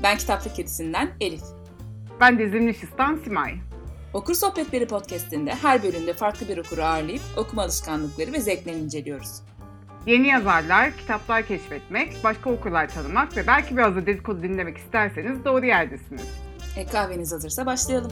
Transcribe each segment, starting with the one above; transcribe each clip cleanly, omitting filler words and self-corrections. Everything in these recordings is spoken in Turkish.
Ben Kitaplık Kedisi'nden Elif. Ben de Zimnişistan Simay. Okur Sohbetleri podcast'inde her bölümde farklı bir okuru ağırlayıp okuma alışkanlıkları ve zevklerini inceliyoruz. Yeni yazarlar, kitaplar keşfetmek, başka okurlar tanımak ve belki biraz da dedikodu dinlemek isterseniz doğru yerdesiniz. Kahveniz hazırsa başlayalım.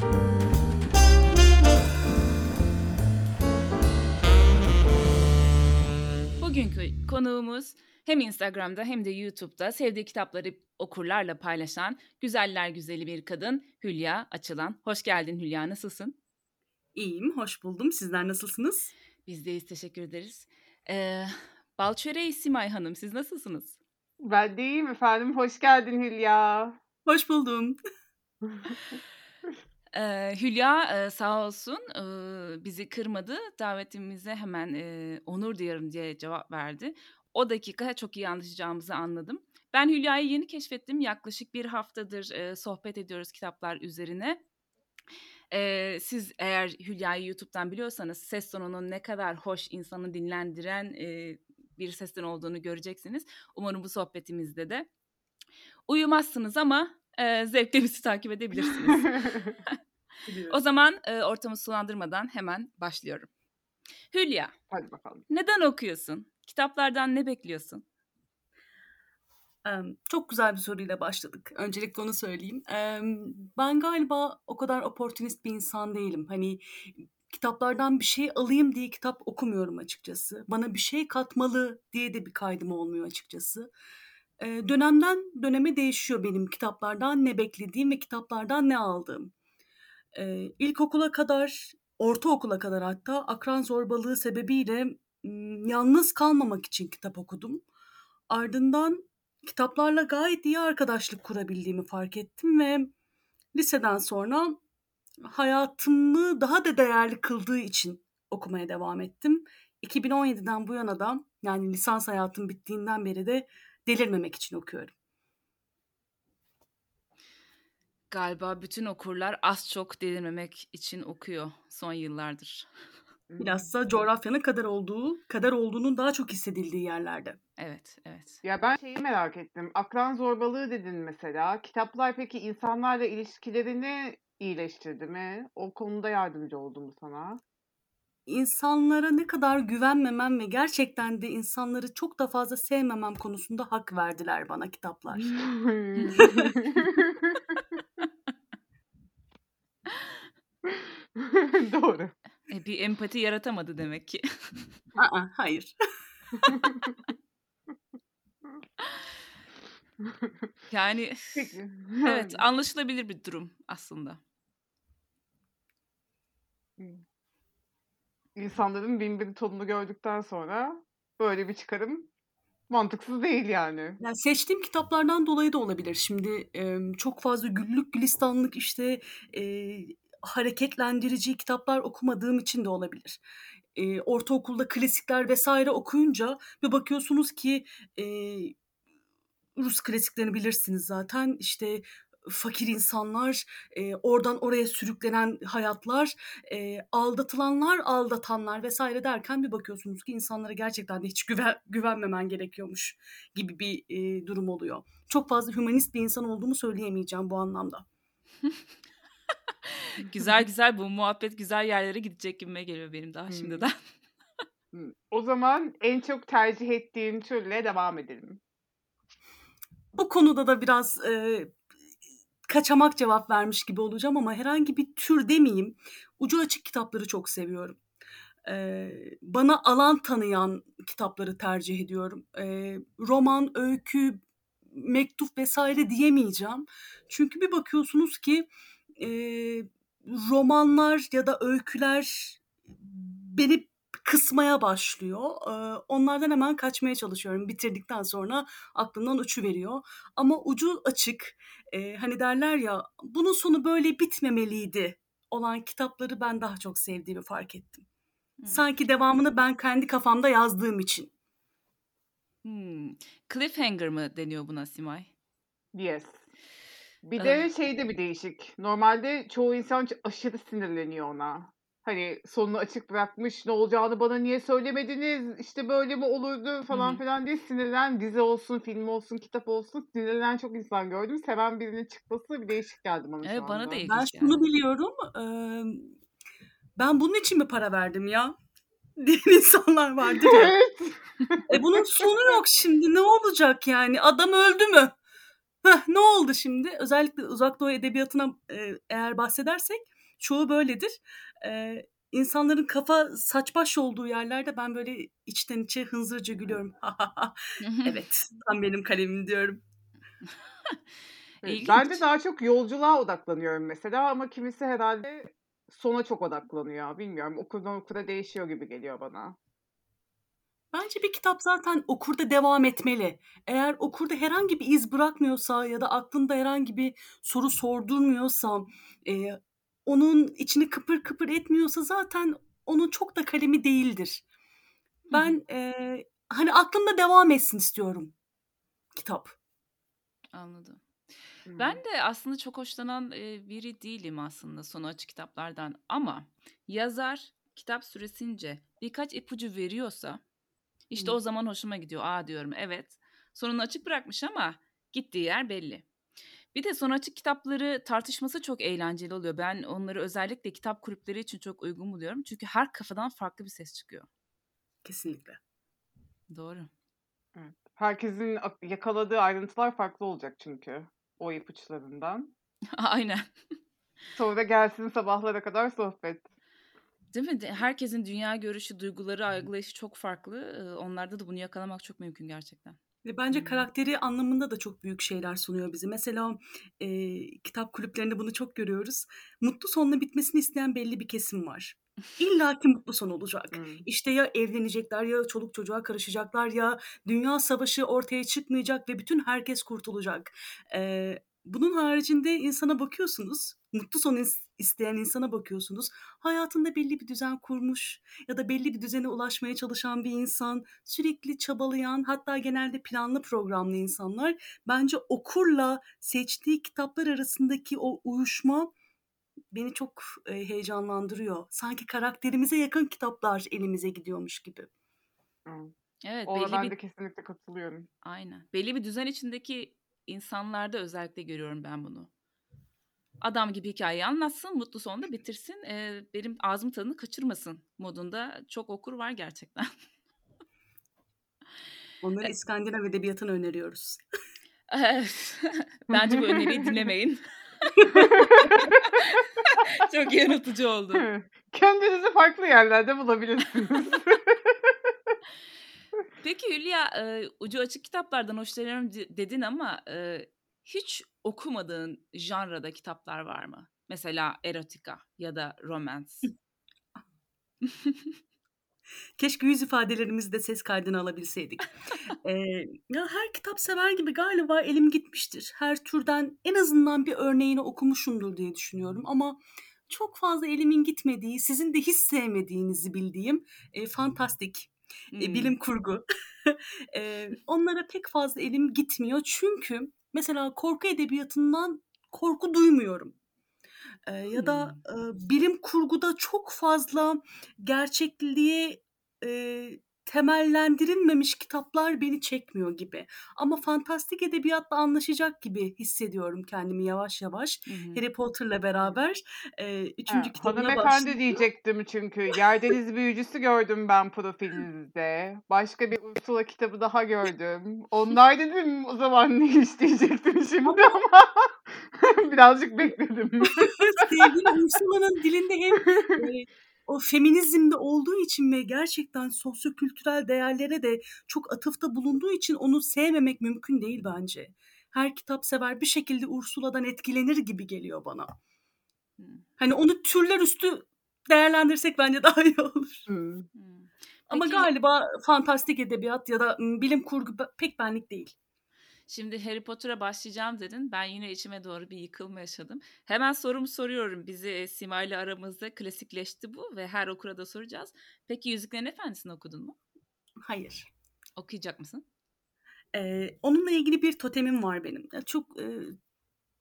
Bugünkü konuğumuz hem Instagram'da hem de YouTube'da sevdiği kitapları okurlarla paylaşan güzeller güzeli bir kadın Hülya Açılan. Hoş geldin Hülya, nasılsın? İyiyim, hoş buldum. Sizler nasılsınız? Biz deyiz, teşekkür ederiz. Balçöreği Simay Hanım, siz nasılsınız? Ben de iyiyim efendim, hoş geldin Hülya. Hoş buldum. Hülya sağ olsun bizi kırmadı. Davetimize hemen onur duyarım diye cevap verdi. O dakika çok iyi anlaşacağımızı anladım. Ben Hülya'yı yeni keşfettim. Yaklaşık bir haftadır sohbet ediyoruz kitaplar üzerine. Siz eğer Hülya'yı YouTube'dan biliyorsanız ses tonunun ne kadar hoş, insanı dinlendiren bir ses tonu olduğunu göreceksiniz. Umarım bu sohbetimizde de uyumazsınız ama zevkle bizi takip edebilirsiniz. O zaman ortamı sulandırmadan hemen başlıyorum. Hülya, Hadi bakalım. neden okuyorsun? Kitaplardan ne bekliyorsun? Çok güzel bir soruyla başladık. Öncelikle onu söyleyeyim. Ben galiba o kadar opportunist bir insan değilim. Hani kitaplardan bir şey alayım diye kitap okumuyorum açıkçası. Bana bir şey katmalı diye de bir kaydım olmuyor açıkçası. Dönemden döneme değişiyor benim kitaplardan ne beklediğim ve kitaplardan ne aldığım. İlkokula kadar, ortaokula kadar hatta akran zorbalığı sebebiyle yalnız kalmamak için kitap okudum. Ardından kitaplarla gayet iyi arkadaşlık kurabildiğimi fark ettim ve liseden sonra hayatımı daha da değerli kıldığı için okumaya devam ettim. 2017'den bu yana da, yani lisans hayatım bittiğinden beri de delirmemek için okuyorum. Galiba bütün okurlar az çok delirmemek için okuyor son yıllardır. Bilhassa coğrafyanın kadar olduğunun daha çok hissedildiği yerlerde. Evet, evet. Ya ben şeyi merak ettim. Akran zorbalığı dedin mesela. Kitaplar peki insanlarla ilişkilerini iyileştirdi mi? O konuda yardımcı oldu mu sana? İnsanlara ne kadar güvenmemem ve gerçekten de insanları çok da fazla sevmemem konusunda hak verdiler bana kitaplar. Doğru. Bir empati yaratamadı demek ki. Hayır. Yani Peki. evet, anlaşılabilir bir durum aslında. İnsanların bin tonunu gördükten sonra böyle bir çıkarım mantıksız değil yani. Yani seçtiğim kitaplardan dolayı da olabilir. Şimdi çok fazla güllük gülistanlık işte hareketlendirici kitaplar okumadığım için de olabilir. Ortaokulda klasikler vesaire okuyunca bir bakıyorsunuz ki Rus klasiklerini bilirsiniz zaten. İşte fakir insanlar, oradan oraya sürüklenen hayatlar, aldatılanlar, aldatanlar vesaire derken bir bakıyorsunuz ki insanlara gerçekten de hiç güvenmemen gerekiyormuş gibi bir durum oluyor. Çok fazla hümanist bir insan olduğumu söyleyemeyeceğim bu anlamda. Güzel bu muhabbet güzel yerlere gidecek gibime geliyor benim daha şimdiden. O zaman en çok tercih ettiğin türle devam edelim. Bu konuda da biraz kaçamak cevap vermiş gibi olacağım ama herhangi bir tür demeyeyim. Ucu açık kitapları çok seviyorum. Bana alan tanıyan kitapları tercih ediyorum. Roman, öykü, mektup vesaire diyemeyeceğim. Çünkü bir bakıyorsunuz ki romanlar ya da öyküler beni kısmaya başlıyor. Onlardan hemen kaçmaya çalışıyorum. Bitirdikten sonra aklımdan uçuveriyor. Ama ucu açık, hani derler ya, bunun sonu böyle bitmemeliydi olan kitapları ben daha çok sevdiğimi fark ettim. Sanki devamını ben kendi kafamda yazdığım için. Cliffhanger mı deniyor buna Simay? Yes. Bir de şey de bir değişik. Normalde çoğu insan aşırı sinirleniyor ona. Hani sonunu açık bırakmış, ne olacağını bana niye söylemediniz, işte böyle mi olurdu Hı falan hı. filan diye sinirlenen, dizi olsun, film olsun, kitap olsun, sinirlenen çok insan gördüm. Seven birinin çıkması bir değişik geldi bana şu Evet, bana da anda. Ben ilginç şunu geldi. biliyorum. Ben bunun için mi para verdim ya? Diyen insanlar vardır ya. Evet. Bunun sonu yok şimdi. Ne olacak yani? Adam öldü mü? Ne oldu şimdi? Özellikle Uzak Doğu edebiyatına eğer bahsedersek çoğu böyledir. İnsanların kafa saç baş olduğu yerlerde ben böyle içten içe hınzırca gülüyorum. Evet, tam benim kalemim diyorum. Evet, ben de İlginç. daha çok yolculuğa odaklanıyorum mesela ama kimisi herhalde sona çok odaklanıyor. Bilmiyorum, okurdan okura değişiyor gibi geliyor bana. Bence bir kitap zaten okurda devam etmeli. Eğer okurda herhangi bir iz bırakmıyorsa ya da aklında herhangi bir soru sordurmuyorsa, eee, onun içini kıpır kıpır etmiyorsa zaten onun çok da kalemi değildir. Hı hı. Ben, hani, aklımda devam etsin istiyorum kitap. Anladım. Ben Hımm. de aslında çok hoşlanan, biri değilim aslında sonu açık kitaplardan ama yazar kitap süresince birkaç ipucu veriyorsa, işte, Hı. o zaman hoşuma gidiyor. "A!" diyorum, "Evet, sonunu açık bırakmış ama gittiği yer belli." Bir de sonu açık kitapları tartışması çok eğlenceli oluyor. Ben onları özellikle kitap kulüpleri için çok uygun buluyorum. Çünkü her kafadan farklı bir ses çıkıyor. Kesinlikle. Doğru. Evet. Herkesin yakaladığı ayrıntılar farklı olacak çünkü o ipuçlarından. Aynen. Sonra gelsin sabahlara kadar sohbet. Değil mi? Herkesin dünya görüşü, duyguları, algılayışı çok farklı. Onlarda da bunu yakalamak çok mümkün gerçekten. Ve bence Hımm. karakteri anlamında da çok büyük şeyler sunuyor bize. Mesela, kitap kulüplerinde bunu çok görüyoruz. Mutlu sonla bitmesini isteyen belli bir kesim var. İllaki mutlu son olacak. Hımm. İşte ya evlenecekler ya çoluk çocuğa karışacaklar ya dünya savaşı ortaya çıkmayacak ve bütün herkes kurtulacak. Bunun haricinde insana bakıyorsunuz, mutlu son isteyen insana bakıyorsunuz. Hayatında belli bir düzen kurmuş ya da belli bir düzene ulaşmaya çalışan bir insan, sürekli çabalayan, hatta genelde planlı programlı insanlar. Bence okurla seçtiği kitaplar arasındaki o uyuşma beni çok, heyecanlandırıyor. Sanki karakterimize yakın kitaplar elimize gidiyormuş gibi. Evet. Evet, Ona belli ben bir de kesinlikle katılıyorum. aynen. Belli bir düzen içindeki insanlarda özellikle görüyorum ben bunu. Adam gibi hikayeyi anlatsın, mutlu sonunda bitirsin, benim ağzım tadını kaçırmasın modunda çok okur var gerçekten. Onları E İskandinav edebiyatını öneriyoruz. Evet. Bence bu öneriyi dinlemeyin. Çok yanıltıcı oldu. Kendinizi farklı yerlerde bulabilirsiniz. Peki Hülya, ucu açık kitaplardan hoşlanıyorum dedin ama, hiç okumadığın janrada kitaplar var mı? Mesela erotika ya da romans. Keşke yüz ifadelerimizi de ses kaydına alabilseydik. Ya, her kitap sever gibi galiba elim gitmiştir. Her türden en azından bir örneğini okumuşumdur diye düşünüyorum ama çok fazla elimin gitmediği, sizin de hiç sevmediğinizi bildiğim, fantastik, Hımm. bilim kurgu, onlara pek fazla elim gitmiyor. Çünkü mesela korku edebiyatından korku duymuyorum. Ya da, Hımm. bilim kurguda çok fazla gerçekliğe, temellendirilmemiş kitaplar beni çekmiyor gibi. Ama fantastik edebiyatla anlaşacak gibi hissediyorum kendimi yavaş yavaş. Hı hı. Harry Potter'la Hıı. beraber, Ha, 3. kitabına hanımefendi başladım. diyecektim çünkü. Yerdeniz Büyücüsü gördüm ben profilinizde. Başka bir Ursula kitabı daha gördüm. Onlar dedim o zaman ne iş diyecektim şimdi Ama ama birazcık bekledim. sevgili Ursula'nın dilinde hem, o feminizmde olduğu için ve gerçekten sosyokültürel değerlere de çok atıfta bulunduğu için onu sevmemek mümkün değil bence. Her kitapsever bir şekilde Ursula'dan etkilenir gibi geliyor bana. Hımm. Hani onu türler üstü değerlendirsek bence daha iyi olur. Hımm. Hımm. Ama Peki, galiba fantastik edebiyat ya da, bilim kurgu pek benlik değil. şimdi Harry Potter'a başlayacağım dedin. Ben yine içime doğru bir yıkılma yaşadım. Hemen sorumu soruyorum. Bizi, Sima'yla aramızda klasikleşti bu ve her okura da soracağız. Peki Yüzüklerin Efendisi'ni okudun mu? Hayır. Okuyacak mısın? Onunla ilgili bir totemim var benim. Ya çok,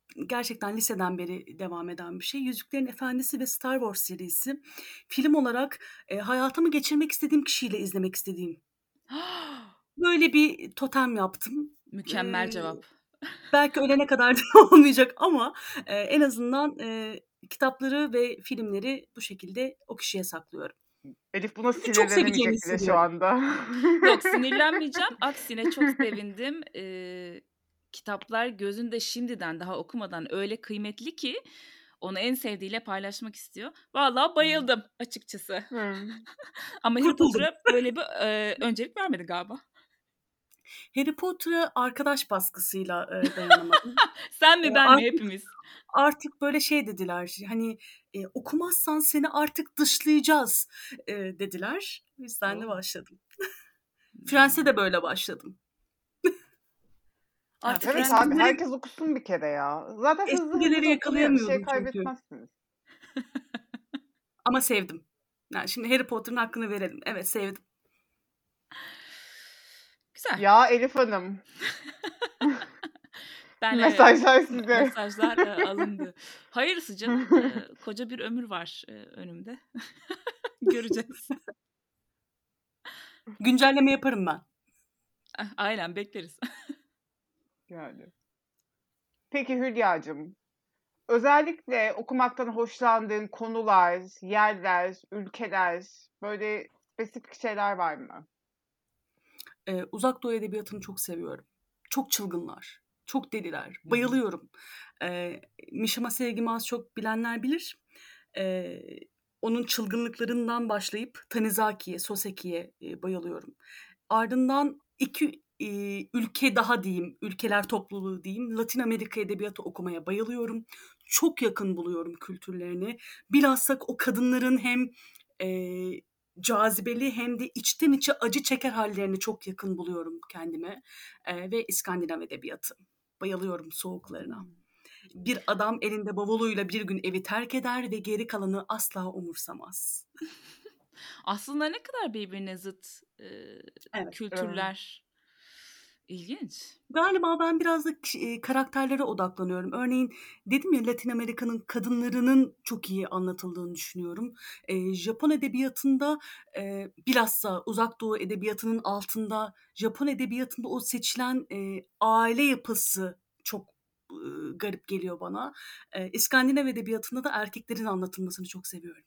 gerçekten liseden beri devam eden bir şey. Yüzüklerin Efendisi ve Star Wars serisi film olarak hayatımı geçirmek istediğim kişiyle izlemek istediğim. Böyle bir totem yaptım. Mükemmel cevap. Belki ölene kadar da olmayacak ama en azından kitapları ve filmleri bu şekilde o kişiye saklıyorum. Elif buna Ve çok seveceğini sinirlenemeyecek bile şu hissediyorum. anda. Yok, sinirlenmeyeceğim. Aksine çok sevindim. Kitaplar gözünde şimdiden daha okumadan öyle kıymetli ki onu en sevdiğiyle paylaşmak istiyor. Vallahi bayıldım açıkçası. Ama Harry Kurtuldum. Potter'a böyle bir öncelik vermedi galiba. Harry Potter'a arkadaş baskısıyla dayanamadım. Sen mi ben mi Artık hepimiz? artık böyle şey dediler, hani okumazsan seni artık dışlayacağız dediler. O yüzden de Oo. başladım. Friends'e de böyle başladım. Ha, Artık Evet Friends abi herkes okusun bir kere ya. Zaten hızlı hızlı eskileri da okunuyor. Bir şey yakalayamıyordum çünkü. kaybetmezsiniz. Ama sevdim. Yani şimdi Harry Potter'ın hakkını verelim. Evet, sevdim. güzel. Ya Elif Hanım. Ben Mesajlar size. mesajlar alındı. Hayırlısı canım. Koca bir ömür var önümde. Göreceğiz. Güncelleme yaparım ben. Aynen bekleriz. Yani. Peki Hülya'cığım. Özellikle okumaktan hoşlandığın konular, yerler, ülkeler, böyle spesifik şeyler var mı? Uzak Doğu edebiyatını çok seviyorum. Çok çılgınlar. Çok deliler. Hı hı. Bayılıyorum. Mishima Sevgimi az çok bilenler bilir. Onun çılgınlıklarından başlayıp Tanizaki'ye, Soseki'ye bayılıyorum. Ardından iki ülke daha diyeyim, ülkeler topluluğu diyeyim. Latin Amerika edebiyatı okumaya bayılıyorum. Çok yakın buluyorum kültürlerini. Bilhassa o kadınların hem cazibeli hem de içten içe acı çeker hallerini çok yakın buluyorum kendime. Ve İskandinav edebiyatı. Bayılıyorum soğuklarına. Bir adam elinde bavuluyla bir gün evi terk eder ve geri kalanı asla umursamaz. Aslında ne kadar birbirine zıt Evet. kültürler. İlginç. Galiba ben biraz da karakterlere odaklanıyorum. Örneğin dedim ya, Latin Amerika'nın kadınlarının çok iyi anlatıldığını düşünüyorum. Japon edebiyatında bilhassa Uzak Doğu edebiyatının altında Japon edebiyatında o seçilen aile yapısı çok garip geliyor bana. İskandinav edebiyatında da erkeklerin anlatılmasını çok seviyorum.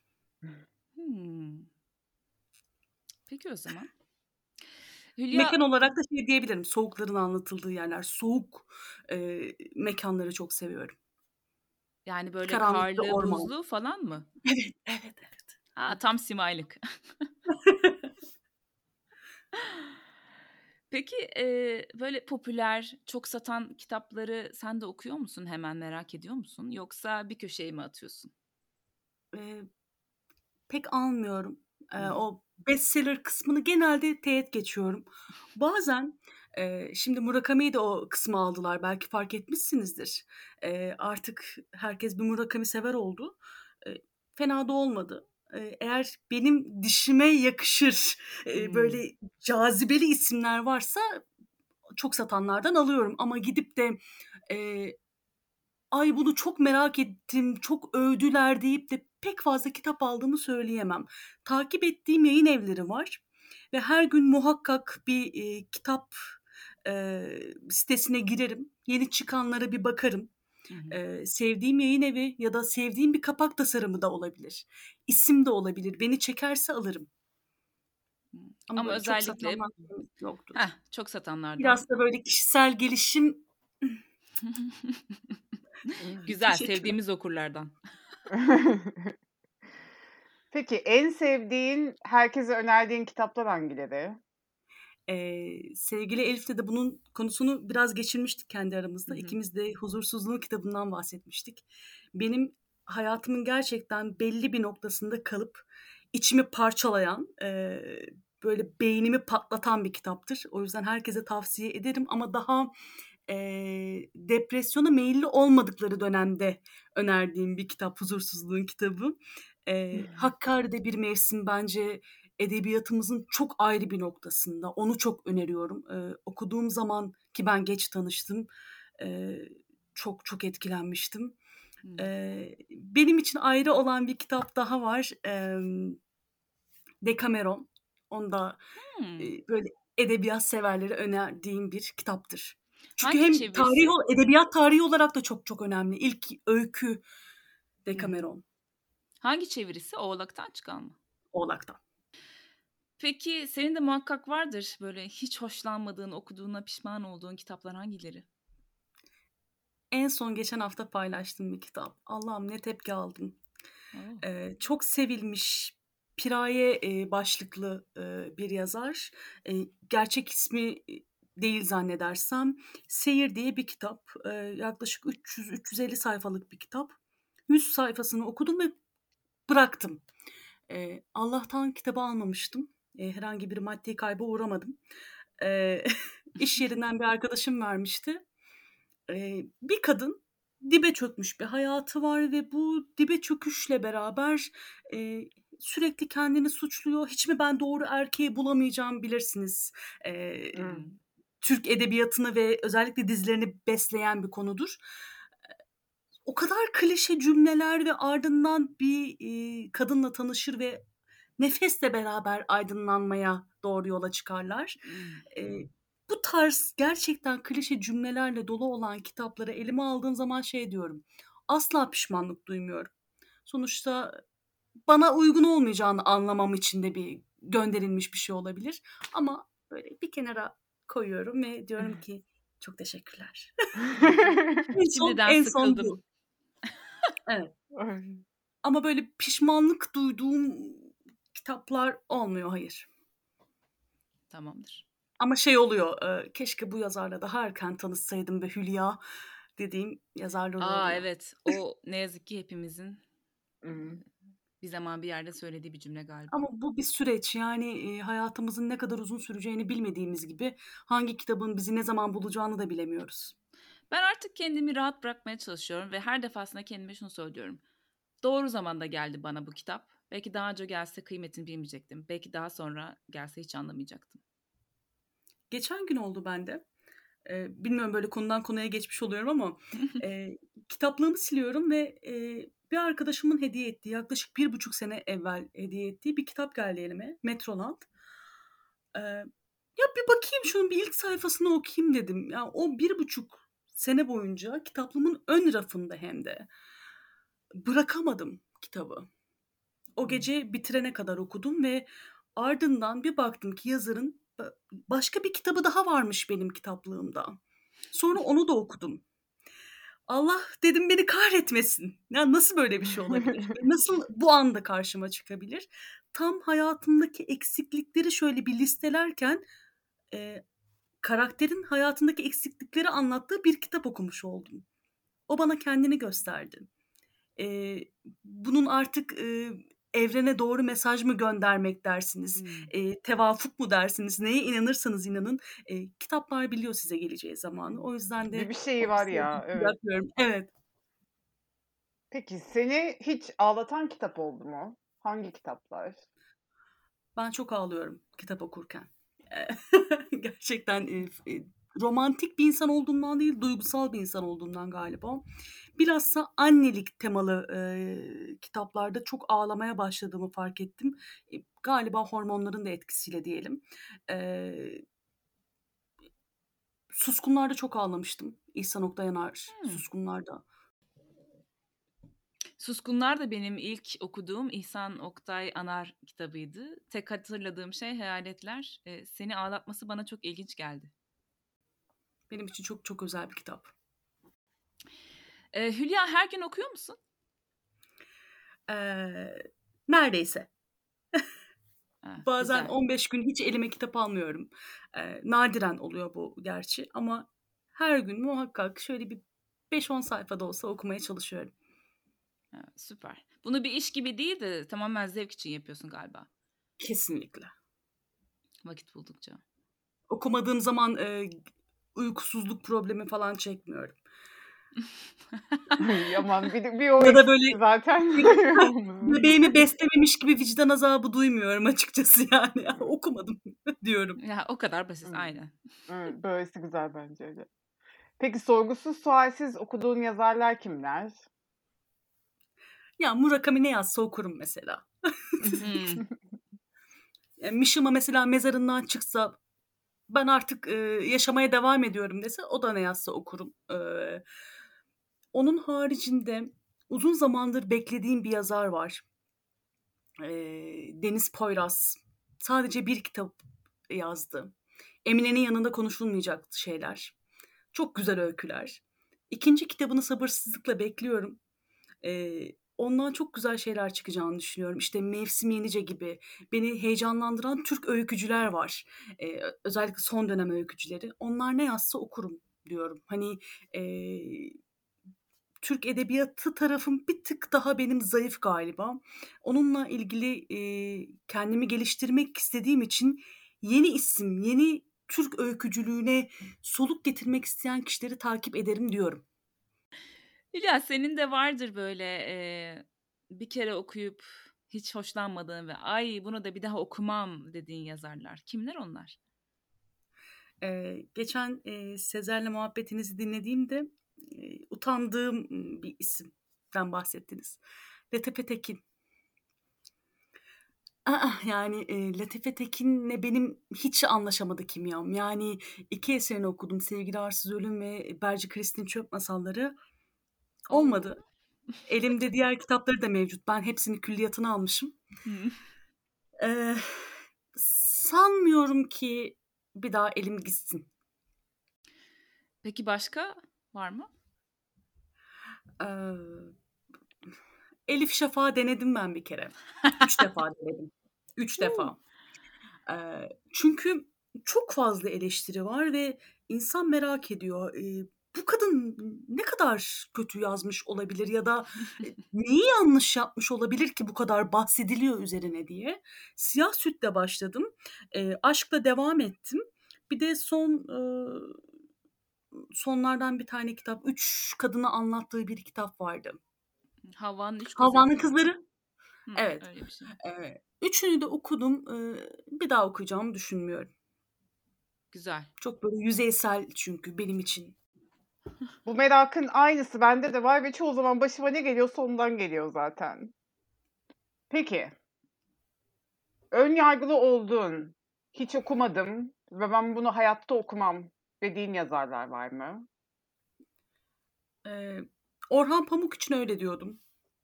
Peki o zaman. Hülya, Mekan olarak da şey diyebilirim. Soğukların anlatıldığı yerler. Soğuk mekanları çok seviyorum. yani böyle Karanlık ve karlı, orman. buzlu falan mı? Evet. Tam Simaylık. Peki böyle popüler, çok satan kitapları sen de okuyor musun? Hemen merak ediyor musun? Yoksa bir köşeye mi atıyorsun? Pek almıyorum. O bestseller kısmını genelde teğet geçiyorum. Bazen şimdi Murakami'yi de o kısma aldılar. Belki fark etmişsinizdir. Artık herkes bir Murakami sever oldu. Fena da olmadı. Eğer benim dişime yakışır böyle cazibeli isimler varsa çok satanlardan alıyorum. Ama gidip de ay bunu çok merak ettim, çok övdüler deyip de pek fazla kitap aldığımı söyleyemem. Takip ettiğim yayın evleri var ve her gün muhakkak bir kitap sitesine girerim. Yeni çıkanlara bir bakarım. Sevdiğim yayın evi ya da sevdiğim bir kapak tasarımı da olabilir. İsim de olabilir. Beni çekerse alırım. Ama Ama böyle çok özellikle satanlar yoktur. çok satanlardan. Biraz da böyle kişisel gelişim. Güzel, Teşekkürler. sevdiğimiz okurlardan. Peki en sevdiğin, herkese önerdiğin kitaplar hangileri? Sevgili Elif'le de bunun konusunu biraz geçirmiştik kendi aramızda. Hı hı. İkimiz de Huzursuzluğun kitabından bahsetmiştik. Benim hayatımın gerçekten belli bir noktasında kalıp içimi parçalayan, böyle beynimi patlatan bir kitaptır. O yüzden herkese tavsiye ederim ama daha depresyona meyilli olmadıkları dönemde önerdiğim bir kitap Huzursuzluğun kitabı. Hakkari'de bir mevsim bence edebiyatımızın çok ayrı bir noktasında. Onu çok öneriyorum. Okuduğum zaman ki ben geç tanıştım. çok çok etkilenmiştim. Hımm. Benim için ayrı olan bir kitap daha var. Decameron. Onu da Hımm. böyle edebiyat severlere önerdiğim bir kitaptır. Çünkü Hangi hem çevirisi? edebiyat tarihi olarak da çok çok önemli. İlk öykü Hı hı. Decameron, Hangi çevirisi? Oğlak'tan çıkan mı? Oğlak'tan. Peki, senin de muhakkak vardır böyle hiç hoşlanmadığın, okuduğuna pişman olduğun kitaplar hangileri? En son geçen hafta paylaştığım bir kitap. Allah'ım ne tepki aldım. O! Çok sevilmiş, Piraye başlıklı bir yazar. Gerçek ismi değil zannedersem. Seyir diye bir kitap. Yaklaşık 300-350 sayfalık bir kitap. 100 sayfasını okudum ve bıraktım. Allah'tan kitabı almamıştım. Herhangi bir maddi kayba uğramadım. Eee, iş yerinden bir arkadaşım vermişti. Bir kadın dibe çökmüş bir hayatı var ve bu dibe çöküşle beraber sürekli kendini suçluyor. Hiç mi ben doğru erkeği bulamayacağım bilirsiniz. Eee, Hı Hı. hı. Türk edebiyatını ve özellikle dizilerini besleyen bir konudur. O kadar klişe cümleler ve ardından bir kadınla tanışır ve nefesle beraber aydınlanmaya doğru yola çıkarlar. Imm. Bu tarz gerçekten klişe cümlelerle dolu olan kitapları elime aldığım zaman şey diyorum, asla pişmanlık duymuyorum. Sonuçta bana uygun olmayacağını anlamam için de bir gönderilmiş bir şey olabilir. Ama böyle bir kenara koyuyorum ve diyorum ki çok teşekkürler. Şimdiden En son sıkıldım. bu. Evet. Ay. Ama böyle pişmanlık duyduğum kitaplar olmuyor, hayır. Tamamdır. Ama şey oluyor, keşke bu yazarla daha erken tanışsaydım ve Hülya dediğim yazarlar A, oluyor. evet. O ne yazık ki hepimizin, Hı. bir zaman bir yerde söylediği bir cümle galiba. Ama bu bir süreç. Yani, hayatımızın ne kadar uzun süreceğini bilmediğimiz gibi hangi kitabın bizi ne zaman bulacağını da bilemiyoruz. Ben artık kendimi rahat bırakmaya çalışıyorum ve her defasında kendime şunu söylüyorum. Doğru zamanda geldi bana bu kitap. Belki daha önce gelse kıymetini bilmeyecektim. Belki daha sonra gelse hiç anlamayacaktım. Geçen gün oldu bende. Bilmiyorum böyle konudan konuya geçmiş oluyorum ama, kitaplığımı siliyorum ve, bir arkadaşımın hediye ettiği, yaklaşık 1,5 sene evvel hediye ettiği bir kitap geldi elime. Metroland. Ya, bir bakayım şunun bir ilk sayfasını okuyayım dedim. Ya, o 1,5 sene boyunca kitaplığımın ön rafında hem de. Bırakamadım kitabı. O Hımm. gece bitirene kadar okudum ve ardından bir baktım ki yazarın başka bir kitabı daha varmış benim kitaplığımda. Sonra onu da okudum. Allah dedim beni kahretmesin. Ya nasıl böyle bir şey olabilir? Ve nasıl bu anda karşıma çıkabilir? Tam hayatımdaki eksiklikleri şöyle bir listelerken eee, karakterin hayatındaki eksiklikleri anlattığı bir kitap okumuş oldum. O bana kendini gösterdi. Bunun artık, evrene doğru mesaj mı göndermek dersiniz, Hımm. tevafuk mu dersiniz, neye inanırsanız inanın, kitaplar biliyor size geleceği zamanı. O yüzden Bir de şeyi o var sevgiyi ya, evet. bırakmıyorum. Evet, Peki seni hiç ağlatan kitap oldu mu? Hangi kitaplar? ben çok ağlıyorum kitap okurken. Eee, gerçekten, romantik bir insan olduğumdan değil, duygusal bir insan olduğumdan galiba. Bilhassa annelik temalı, kitaplarda çok ağlamaya başladığımı fark ettim. Galiba hormonların da etkisiyle diyelim. Eee, Suskunlar'da çok ağlamıştım. İhsan Oktay Yanar Hımm. Suskunlar'da. Suskunlar da benim ilk okuduğum İhsan Oktay Anar kitabıydı. Tek hatırladığım şey hayaletler. Seni ağlatması bana çok ilginç geldi. Benim için çok çok özel bir kitap. Hülya her gün okuyor musun? Neredeyse. Ha, Bazen güzel. 15 gün hiç elime kitap almıyorum. Nadiren oluyor bu gerçi ama her gün muhakkak şöyle bir 5-10 sayfa da olsa okumaya çalışıyorum. Ha, süper. Bunu bir iş gibi değil de tamamen zevk için yapıyorsun galiba, Kesinlikle. vakit buldukça. Okumadığım zaman, uykusuzluk problemi falan çekmiyorum. Ay aman bir o Ya da eksikti böyle zaten. bebeğimi beslememiş gibi vicdan azabı duymuyorum açıkçası yani. Ya, okumadım diyorum. Ya, o kadar basit, Hımm. aynen. Evet, böylesi güzel bence de. Peki sorgusuz sualsiz okuduğun yazarlar kimler? Ya Murakami ne yazsa okurum mesela. Hımm. Mishima mesela mezarından çıksa ben artık yaşamaya devam ediyorum dese o da ne yazsa okurum. Onun haricinde uzun zamandır beklediğim bir yazar var. Deniz Poyraz. Sadece bir kitap yazdı. Emine'nin yanında konuşulmayacak şeyler. Çok güzel öyküler. İkinci kitabını sabırsızlıkla bekliyorum. Ondan çok güzel şeyler çıkacağını düşünüyorum. İşte Mevsim Yenice gibi beni heyecanlandıran Türk öykücüler var. Özellikle son dönem öykücüleri. Onlar ne yazsa okurum diyorum. Hani Türk edebiyatı tarafım bir tık daha benim zayıf galiba. Onunla ilgili kendimi geliştirmek istediğim için yeni isim, yeni Türk öykücülüğüne soluk getirmek isteyen kişileri takip ederim diyorum. Hülya, senin de vardır böyle, bir kere okuyup hiç hoşlanmadığın ve "Ay, bunu da bir daha okumam." dediğin yazarlar. Kimler onlar? Geçen Sezer'le muhabbetinizi dinlediğimde utandığım bir isimden bahsettiniz. Latife Tekin. Yani Latife Tekin'le benim hiç anlaşamadı kimyam. Yani 2 eserini okudum. Sevgili Arsız Ölüm ve Berci Kristin Çöp Masalları. O! Olmadı. Elimde diğer kitapları da mevcut. Ben hepsini külliyatına almışım. Hımm. Eee, sanmıyorum ki bir daha elim gitsin. Peki başka var mı? Eee, Elif Şafak'ı denedim ben bir kere. 3 defa denedim. 3 U! defa. Çünkü çok fazla eleştiri var ve insan merak ediyor. Bu kadın ne kadar kötü yazmış olabilir ya da neyi yanlış yapmış olabilir ki bu kadar bahsediliyor üzerine diye. Siyah Süt'le başladım. Aşk'la devam ettim. Bir de sonlardan bir tane kitap, 3 kadını anlattığı bir kitap vardı. Havva'nın 3 kızı Havva'nın mı? Kızları. Hımm, Evet. öyle bir şey. Üçünü de okudum. Bir daha okuyacağımı düşünmüyorum. Güzel. Çok böyle yüzeysel çünkü benim için. Bu merakın aynısı bende de var ve çoğu zaman başıma ne geliyorsa ondan geliyor zaten. Peki, ön yargılı olduğun, hiç okumadım ve ben bunu hayatta okumam dediğin yazarlar var mı? Eee, Orhan Pamuk için öyle diyordum.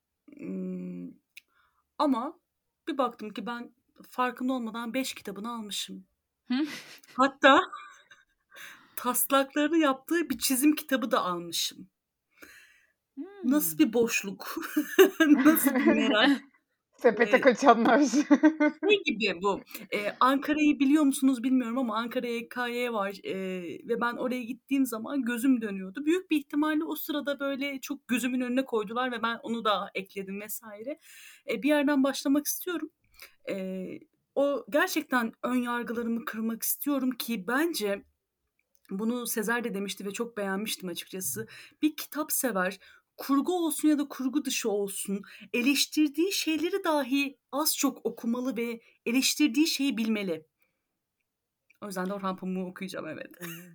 Ama bir baktım ki ben farkında olmadan 5 kitabını almışım. Hı. Hatta taslaklarını yaptığı bir çizim kitabı da almışım. Nasıl Hımm. bir boşluk? Nasıl bir merak? Sepete Eee, kaçanlar. Şey gibi bu, Ankara'yı biliyor musunuz bilmiyorum ama Ankara YKY var, ve ben oraya gittiğim zaman gözüm dönüyordu. Büyük bir ihtimalle o sırada böyle çok gözümün önüne koydular ve ben onu da ekledim vs. Bir yerden başlamak istiyorum. Eee, O gerçekten ön yargılarımı kırmak istiyorum ki bence bunu Sezer de demişti ve çok beğenmiştim açıkçası. Bir kitap sever, kurgu olsun ya da kurgu dışı olsun, eleştirdiği şeyleri dahi az çok okumalı ve eleştirdiği şeyi bilmeli. O yüzden de Orhan Pamuk'u okuyacağım, evet.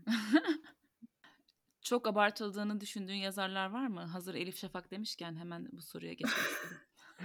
Çok abartıldığını düşündüğün yazarlar var mı? Hazır Elif Şafak demişken hemen bu soruya geçmek istedim.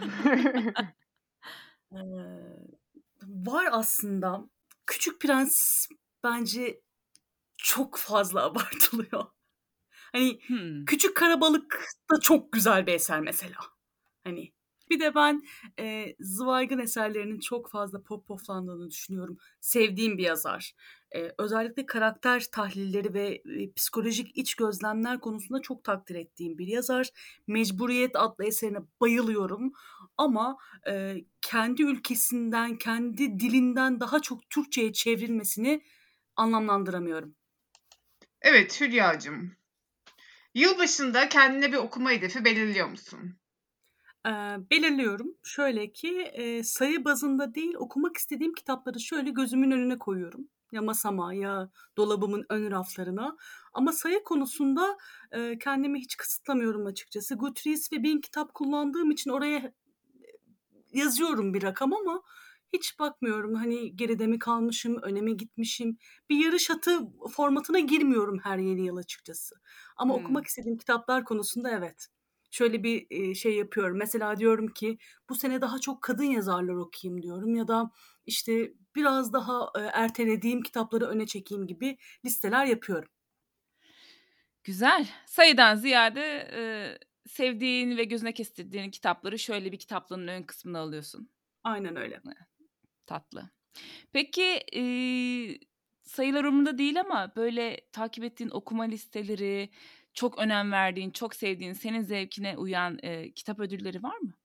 Eee, Var aslında. Küçük Prens bence çok fazla abartılıyor. Hani Hımm. Küçük Karabalık da çok güzel bir eser mesela. Hani bir de ben Zweig'in eserlerinin çok fazla pohpohlandığını düşünüyorum. Sevdiğim bir yazar. Özellikle karakter tahlilleri ve psikolojik iç gözlemler konusunda çok takdir ettiğim bir yazar. Mecburiyet adlı eserine bayılıyorum ama kendi ülkesinden, kendi dilinden daha çok Türkçeye çevrilmesini anlamlandıramıyorum. Evet Hülya'cığım. Yılbaşında kendine bir okuma hedefi belirliyor musun? Belirliyorum. Şöyle ki, sayı bazında değil, okumak istediğim kitapları şöyle gözümün önüne koyuyorum. Ya masama ya dolabımın ön raflarına. Ama sayı konusunda, kendimi hiç kısıtlamıyorum açıkçası. Goodreads ve Bing kitap kullandığım için oraya yazıyorum bir rakam ama hiç bakmıyorum. Hani geride mi kalmışım, öne mi gitmişim? Bir yarış atı formatına girmiyorum her yeni yıl açıkçası. Ama Hımm. okumak istediğim kitaplar konusunda evet. Şöyle bir şey yapıyorum. Mesela diyorum ki bu sene daha çok kadın yazarlar okuyayım diyorum ya da işte biraz daha ertelediğim kitapları öne çekeyim gibi listeler yapıyorum. Güzel. Sayıdan ziyade, sevdiğin ve gözüne kestirdiğin kitapları şöyle bir kitaplığının ön kısmına alıyorsun. Aynen öyle. Tatlı. Peki, sayılar umurunda değil ama böyle takip ettiğin okuma listeleri, çok önem verdiğin, çok sevdiğin, senin zevkine uyan, kitap ödülleri var mı?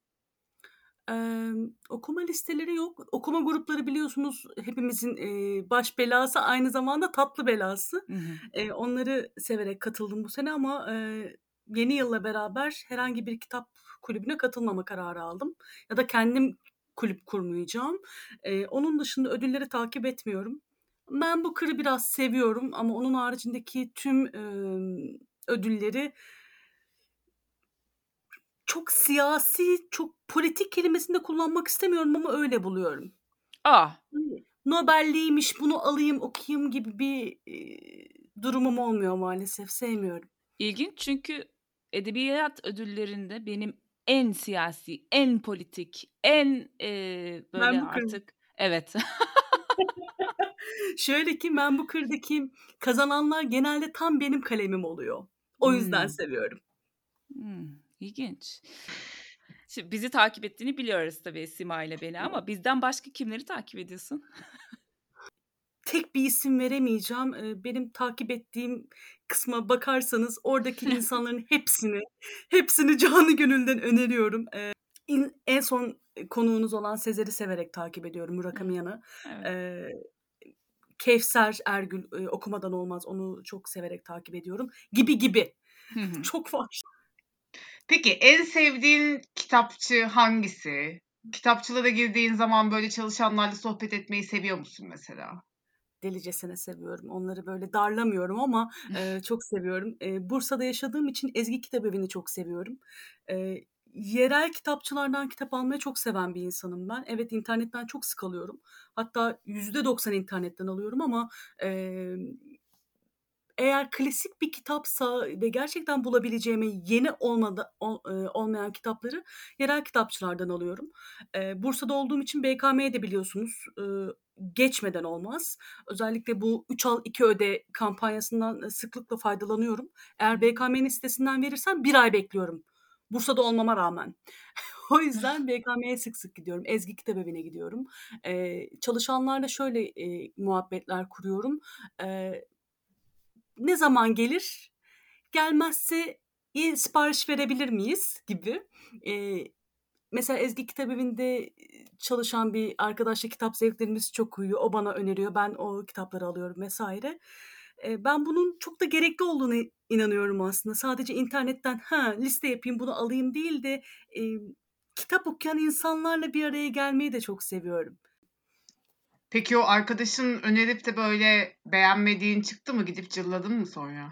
Okuma listeleri yok. Okuma grupları biliyorsunuz hepimizin, baş belası, aynı zamanda tatlı belası. Hı hı. Onları severek katıldım bu sene ama, yeni yılla beraber herhangi bir kitap kulübüne katılmama kararı aldım ya da kendim kulüp kurmayacağım. Onun dışında ödülleri takip etmiyorum. Ben bu Booker'ı biraz seviyorum ama onun haricindeki tüm, ödülleri çok siyasi, çok politik kelimesini de kullanmak istemiyorum ama öyle buluyorum. A! Hani, Nobel'liymiş, bunu alayım, okuyayım gibi bir, durumum olmuyor maalesef, sevmiyorum. İlginç çünkü edebiyat ödüllerinde benim en siyasi, en politik, en, böyle Ben Booker'ım. artık Evet. Şöyle ki Man Booker'daki kazananlar genelde tam benim kalemim oluyor. O yüzden Hımm. seviyorum. İlginç. Şimdi bizi takip ettiğini biliyoruz tabii Sima ile beni ama bizden başka kimleri takip ediyorsun? Tek bir isim veremeyeceğim. Benim takip ettiğim kısma bakarsanız oradaki insanların hepsini canı gönülden öneriyorum. En son, konuğunuz olan Sezer'i severek takip ediyorum, Evet, Murakami. evet. Eee, Kevser Ergül, okumadan olmaz, onu çok severek takip ediyorum. Gibi. Hı hı. Çok var. Peki en sevdiğin kitapçı hangisi? Kitapçılara girdiğin zaman böyle çalışanlarla sohbet etmeyi seviyor musun mesela? Delicesine seviyorum. Onları böyle darlamıyorum ama, çok seviyorum. Bursa'da yaşadığım için Ezgi Kitabevi'ni çok seviyorum. Yerel kitapçılardan kitap almayı çok seven bir insanım ben. Evet, internetten çok sık alıyorum. Hatta %90 internetten alıyorum ama, emm eğer klasik bir kitapsa ve gerçekten bulabileceğime yeni olmayan kitapları yerel kitapçılardan alıyorum. Bursa'da olduğum için BKM'yi de biliyorsunuz, geçmeden olmaz. Özellikle bu 3 al 2 öde kampanyasından, sıklıkla faydalanıyorum. Eğer BKM'nin sitesinden verirsem 1 ay bekliyorum, Bursa'da olmama rağmen. O yüzden BKM'ye sık sık gidiyorum. Ezgi Kitabevi'ne gidiyorum. Çalışanlarla şöyle, muhabbetler kuruyorum. Eee ne zaman gelir? Gelmezse, sipariş verebilir miyiz gibi. Eee, Mesela Ezgi Kitabevi'nde, çalışan bir arkadaşla kitap zevklerimiz çok uyuyor. O bana öneriyor, ben o kitapları alıyorum vs. Ben bunun çok da gerekli olduğuna inanıyorum aslında. Sadece internetten, liste yapayım, bunu alayım değil de, kitap okuyan insanlarla bir araya gelmeyi de çok seviyorum. Peki o arkadaşın önerip de böyle beğenmediğin çıktı mı? Gidip cılladın mı sonra?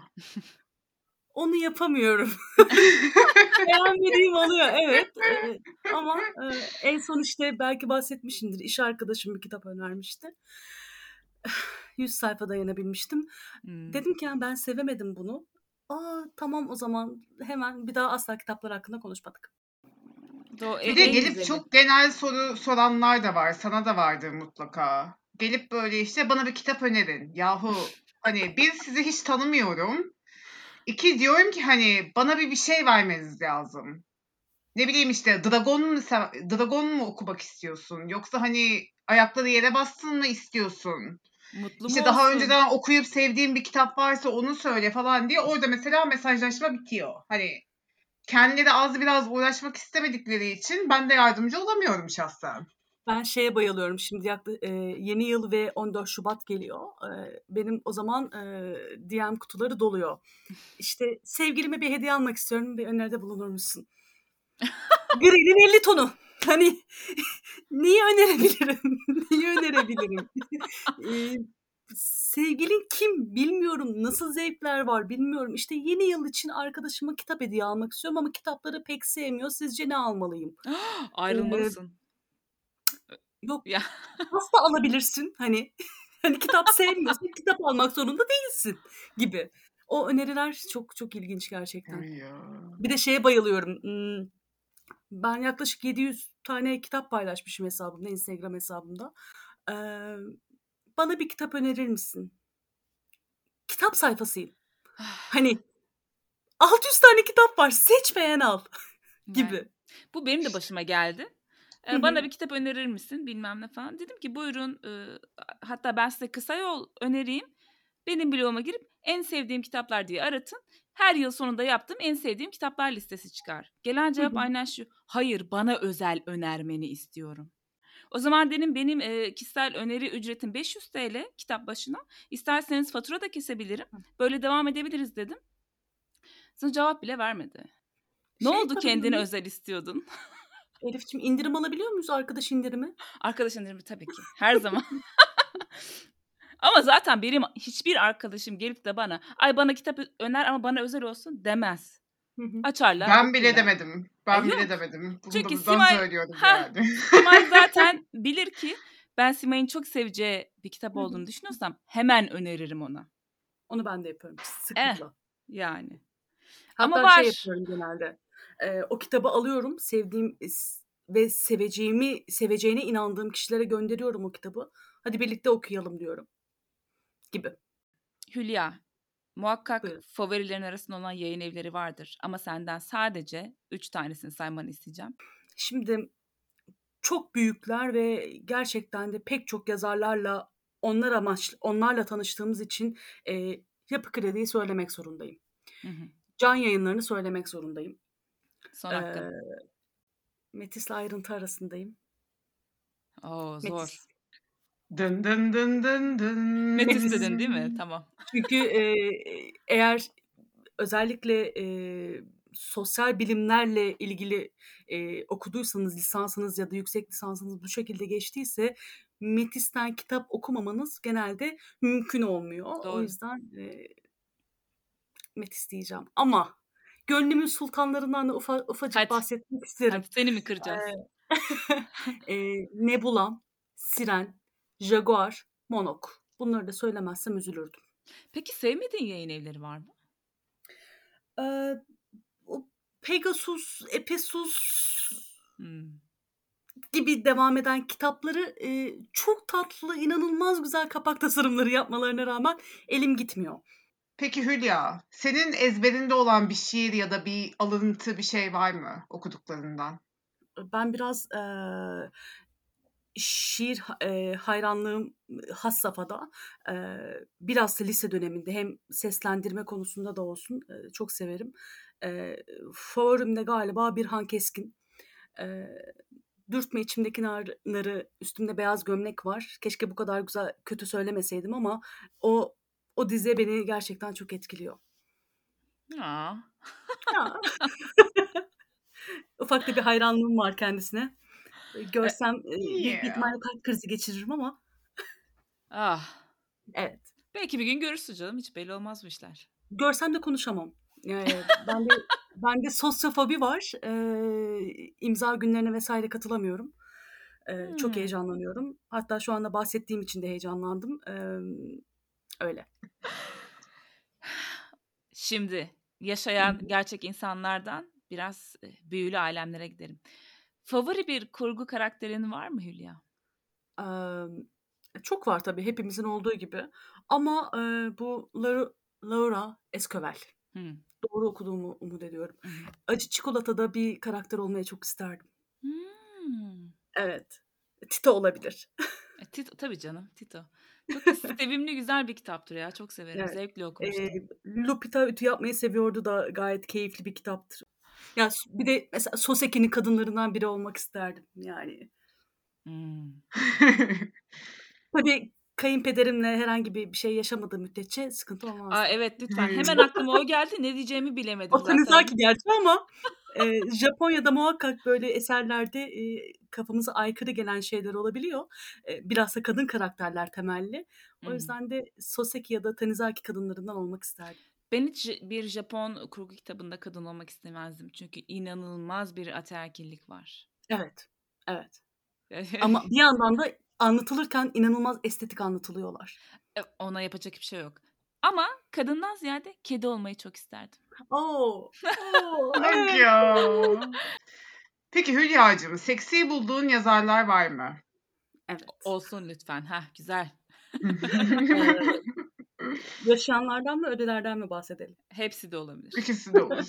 Onu yapamıyorum. Beğenmediğim oluyor, evet. Ama, en son, işte, belki bahsetmişimdir, iş arkadaşım bir kitap önermişti. 100 sayfa dayanabilmiştim. Hımm. Dedim ki, "Ya, ben sevemedim bunu." "A, tamam o zaman." Hemen bir daha asla kitaplar hakkında konuşmadık. Bir de En gelip güzeli. çok genel soru soranlar da var. Sana da vardır mutlaka. Gelip böyle işte bana bir kitap önerin. Yahu hani bir sizi hiç tanımıyorum. İki diyorum ki hani bana bir şey vermeniz lazım. Ne bileyim işte Dragon mu okumak istiyorsun? Yoksa hani ayakları yere bassın mı istiyorsun? Mutlu mu İşte daha olsun? önceden okuyup sevdiğin bir kitap varsa onu söyle falan diye orada mesela mesajlaşma bitiyor. Hani kendileri az biraz uğraşmak istemedikleri için ben de yardımcı olamıyorum şahsen. Ben şeye bayılıyorum şimdi yeni yıl ve 14 Şubat geliyor. Benim o zaman, DM kutuları doluyor. İşte, "Sevgilime bir hediye almak istiyorum, bir öneride bulunur musun?" Gri'nin 50 tonu. Hani, neyi önerebilirim? Neyi önerebilirim? Eee, Sevgilin kim bilmiyorum, nasıl zevkler var bilmiyorum. İşte, yeni yıl için arkadaşıma kitap hediye almak istiyorum ama kitapları pek sevmiyor. Sizce ne almalıyım? Eee, Ayrılmalısın. Yok, Ya pasta alabilirsin hani. Hani kitap sevmiyorsan kitap almak zorunda değilsin gibi. O öneriler çok çok ilginç gerçekten. Ay ya. Bir de şeye bayılıyorum. Ben yaklaşık 700 tane kitap paylaşmışım hesabımda, Instagram hesabımda. Eee, bana bir kitap önerir misin? Kitap sayfasıyım. Hani 600 tane kitap var. Seç beğen al Yani, gibi. bu benim de başıma geldi. Hı Bana hı. bir kitap önerir misin bilmem ne falan. Dedim ki buyurun, hatta ben size kısa yol önereyim. Benim bloguma girip en sevdiğim kitaplar diye aratın. Her yıl sonunda yaptığım en sevdiğim kitaplar listesi çıkar. Gelen Hı cevap hı. aynen şu. Hayır, bana özel önermeni istiyorum. O zaman dedim benim kişisel öneri ücretim 500 TL kitap başına. İsterseniz fatura da kesebilirim. Böyle devam edebiliriz dedim. Sonra cevap bile vermedi. Ne Şey oldu kendine yapabilir özel istiyordun? Elifçim, indirim alabiliyor muyuz, arkadaş indirimi? Arkadaş indirimi tabii ki. Her zaman. Ama zaten benim hiçbir arkadaşım gelip de bana ay bana kitap öner ama bana özel olsun demez. Hı hı. Açarlar, Ben bile okurlar. demedim. Ben bile Yok. demedim. Bunu da Çünkü buradan Simay söylüyorum ha yani. Simay zaten bilir ki ben Simay'ın çok seveceği bir kitap Hı hı. olduğunu düşünüyorsam hemen öneririm ona. Onu ben de yapıyorum Eh sıklıkla. yani. Ama Hatta şey var. yapıyorum genelde. O kitabı alıyorum, sevdiğim ve seveceğine inandığım kişilere gönderiyorum o kitabı. Hadi birlikte okuyalım diyorum gibi. Hülya, muhakkak Buyurun. favorilerin arasında olan yayın evleri vardır. Ama senden sadece 3 tanesini saymanı isteyeceğim. Şimdi çok büyükler ve gerçekten de pek çok yazarlarla onlarla tanıştığımız için Yapı Kredi'yi söylemek zorundayım. Hı hı. Can Yayınları'nı söylemek zorundayım. Son Eee hakkın. Metis'le Ayrıntı arasındayım. Oo zor. Metis. Dın dın dın dın Metis dedin değil mi? dın. Tamam. Çünkü eğer özellikle sosyal bilimlerle ilgili okuduysanız, lisansınız ya da yüksek lisansınız bu şekilde geçtiyse Metis'ten kitap okumamanız genelde mümkün olmuyor. O Doğru. yüzden Metis diyeceğim. Ama gönlümün sultanlarından da ufacık Hadi. bahsetmek Hadi isterim. seni mi kıracağız? Nebula, Siren, Jaguar, Monok. Bunları da söylemezsem üzülürdüm. Peki sevmediğin yayın evleri var mı? Eee, o Pegasus, Epesus Hımm. gibi devam eden kitapları, çok tatlı, inanılmaz güzel kapak tasarımları yapmalarına rağmen elim gitmiyor. Peki Hülya, senin ezberinde olan bir şiir ya da bir alıntı bir şey var mı okuduklarından? Ben biraz, şiir hayranlığım has safhada. Biraz da lise döneminde hem seslendirme konusunda da olsun, çok severim. Favorim de galiba Birhan Keskin. Eee, Dürtme içimdeki narı, üstümde beyaz gömlek var. Keşke bu kadar güzel kötü söylemeseydim ama o dize beni gerçekten çok etkiliyor. A! Ya, ufak da bir hayranlığım var kendisine. E Görsem, büyük bir Yeah. ihtimalle kalp krizi geçiririm ama ah. evet. Belki bir gün görürsün canım. Hiç belli olmaz bu işler. Görsem de konuşamam. Bende sosyofobi var. İmza günlerine vesaire katılamıyorum. Çok Hımm. heyecanlanıyorum. Hatta şu anda bahsettiğim için de heyecanlandım. Öyle. Şimdi Hı yaşayan hı. gerçek insanlardan biraz, büyülü alemlere gidelim. Favori bir kurgu karakterin var mı Hülya? Emm, çok var tabii hepimizin olduğu gibi ama, bu Laura Esquivel. Hımm. Doğru okuduğumu umut ediyorum. Hı hı. Acı Çikolata'da bir karakter olmayı çok isterdim. Hımm. Evet. Tito olabilir. Tito tabii canım, Tito. Çok da sevimli, güzel bir kitaptır ya. Çok severim. Evet. Zevkle okumuştum. Lupita Ütü Yapmayı Seviyordu da gayet keyifli bir kitaptır. Ya, bir de mesela Soseki'nin kadınlarından biri olmak isterdim yani. Hımm. Tabii kayınpederimle herhangi bir şey yaşamadığım müddetçe sıkıntı A, olmazdı. evet, lütfen. Hımm. Hemen aklıma o geldi. Ne diyeceğimi bilemedim O zaten. Tanizaki gerçi ama, Japonya'da muhakkak böyle eserlerde, kafamıza aykırı gelen şeyler olabiliyor. Bilhassa kadın karakterler temelli. Hı O hı. yüzden de Soseki ya da Tanizaki kadınlarından olmak isterdim. Ben hiç bir Japon kurgu kitabında kadın olmak istemezdim. Çünkü inanılmaz bir ataerkillik var. Evet, evet. Ama bir yandan da anlatılırken inanılmaz estetik anlatılıyorlar. Ona yapacak bir şey yok. Ama kadından ziyade kedi olmayı çok isterdim. Oo, Bak evet. ya. Peki Hülya'cığım, seksi bulduğun yazarlar var mı? Evet. Olsun lütfen. Heh, güzel. Yaşayanlardan mı, ödelerden mi bahsedelim? Hepsi de olabilir. İkisi de olur.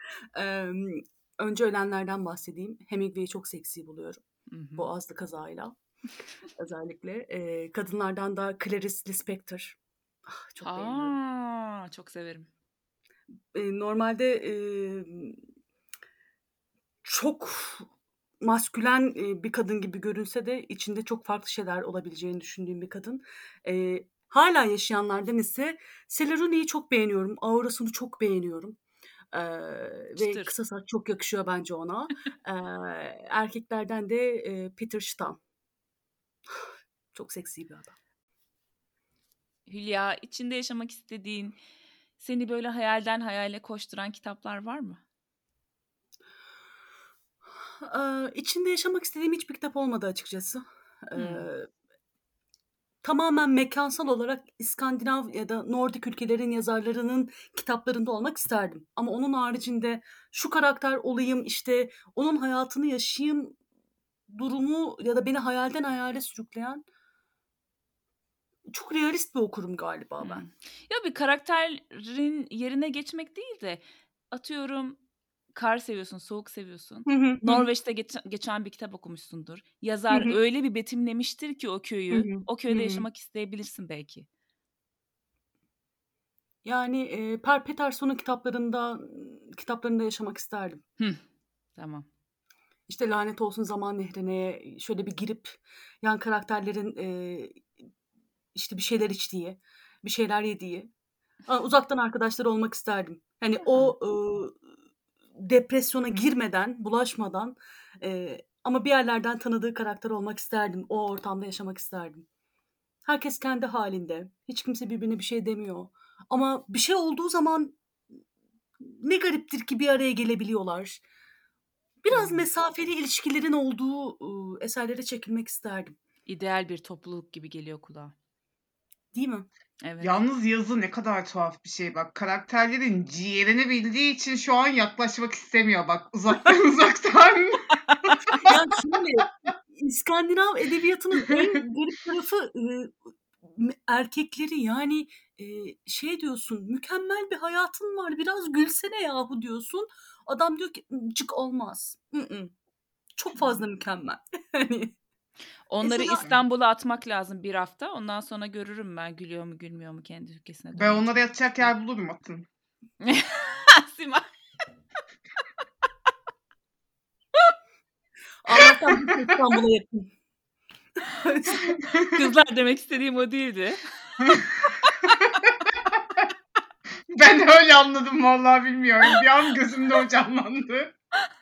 Önce ölenlerden bahsedeyim. Hemingway'i çok seksi buluyorum. Hı hı. Boğazlı kazayla. Özellikle. Kadınlardan da Clarice Lispector. Çok beğeniyorum. Çok severim. Normalde çok maskülen bir kadın gibi görünse de içinde çok farklı şeyler olabileceğini düşündüğüm bir kadın. Hala yaşayanlardan ise Sally Rooney'i çok beğeniyorum. Aurasını çok beğeniyorum. Ve Çıtır. kısa saç çok yakışıyor bence ona. Erkeklerden de Peter Stan. Çok seksi bir adam. Hülya, içinde yaşamak istediğin, seni böyle hayalden hayale koşturan kitaplar var mı? İçinde yaşamak istediğim hiçbir kitap olmadı açıkçası. Hmm. Tamamen mekansal olarak İskandinav ya da Nordik ülkelerin yazarlarının kitaplarında olmak isterdim. Ama onun haricinde şu karakter olayım, işte onun hayatını yaşayayım durumu ya da beni hayalden hayale sürükleyen çok realist bir okurum galiba ben. Ya bir karakterin yerine geçmek değil de atıyorum kar seviyorsun, soğuk seviyorsun. Hı hı, hı hı, Norveç'te geçen bir kitap okumuşsundur. hı Yazar hı, öyle bir betimlemiştir ki o hı köyü, hı, o hı köyde hı. yaşamak isteyebilirsin belki. Yani Per Peterson'un kitaplarında yaşamak isterdim. Tamam. İşte Lanet Olsun Zaman Nehri'ne şöyle bir girip yan karakterlerin işte bir şeyler içtiği, bir şeyler yediği, uzaktan arkadaşlar olmak isterdim. Hani o depresyona girmeden, bulaşmadan ama bir yerlerden tanıdığı karakter olmak isterdim. O ortamda yaşamak isterdim. Herkes kendi halinde. Hiç kimse birbirine bir şey demiyor. Ama bir şey olduğu zaman ne gariptir ki bir araya gelebiliyorlar. Biraz Evet. mesafeli ilişkilerin olduğu eserlere çekilmek isterdim. İdeal bir topluluk gibi geliyor kulağa. Değil mi? Evet. Yalnız yazı ne kadar tuhaf bir şey bak. Karakterlerin ciğerini bildiği için şu an yaklaşmak istemiyor bak. Uzaktan uzaktan. Ya şöyle, İskandinav edebiyatının en garip tarafı erkekleri yani şey diyorsun, mükemmel bir hayatın var, biraz gülsene yahu diyorsun. Adam diyor ki cık olmaz. Çok fazla mükemmel. Hani Onları Mesela İstanbul'a atmak lazım bir hafta. Ondan sonra görürüm ben gülüyor mu gülmüyor mu kendi ülkesine ben onlara dönünce. yatacak yer bulurum atın. Simay. Allah'tan biz de İstanbul'a yakın. Kızlar demek istediğim o değildi. Ben öyle anladım vallahi bilmiyorum. Bir an gözümde o canlandı.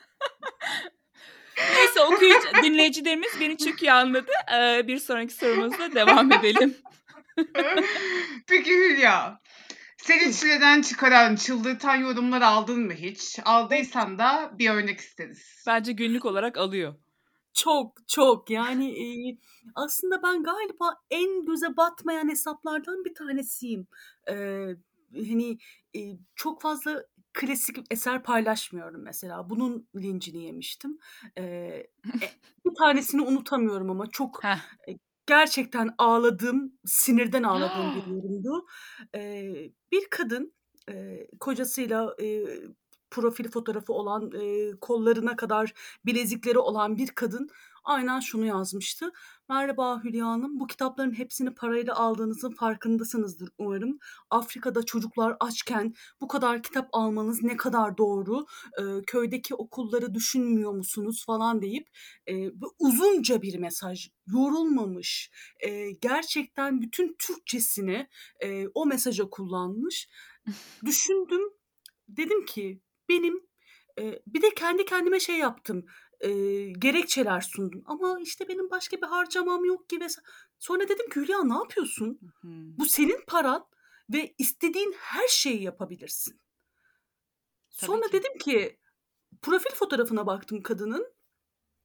Neyse dinleyicilerimiz beni çok iyi anladı. Bir sonraki sorumuzla devam edelim. Peki Hülya, seni çileden çıkaran, çıldırtan yorumlar aldın mı hiç? Aldıysan da bir örnek isteriz. Bence günlük olarak alıyor. Çok yani aslında ben galiba en göze batmayan hesaplardan bir tanesiyim. Hani çok fazla klasik eser paylaşmıyorum mesela. Bunun lincini yemiştim. Bir tanesini unutamıyorum ama çok Heh. gerçekten ağladığım, sinirden ağladığım bir yorumdu. Bir kadın kocasıyla profil fotoğrafı olan, kollarına kadar bilezikleri olan bir kadın aynen şunu yazmıştı. "Merhaba Hülya Hanım, bu kitapların hepsini parayla aldığınızın farkındasınızdır umarım. Afrika'da çocuklar açken bu kadar kitap almanız ne kadar doğru? Köydeki okulları düşünmüyor musunuz?" falan deyip uzunca bir mesaj, yorulmamış, gerçekten bütün Türkçesini o mesaja kullanmış. Düşündüm, dedim ki benim bir de kendi kendime şey yaptım, gerekçeler sundum ama işte benim başka bir harcamam yok ki sonra dedim ki Hülya ne yapıyorsun? Bu senin paran ve istediğin her şeyi yapabilirsin. Tabii Sonra ki. dedim ki profil fotoğrafına baktım kadının.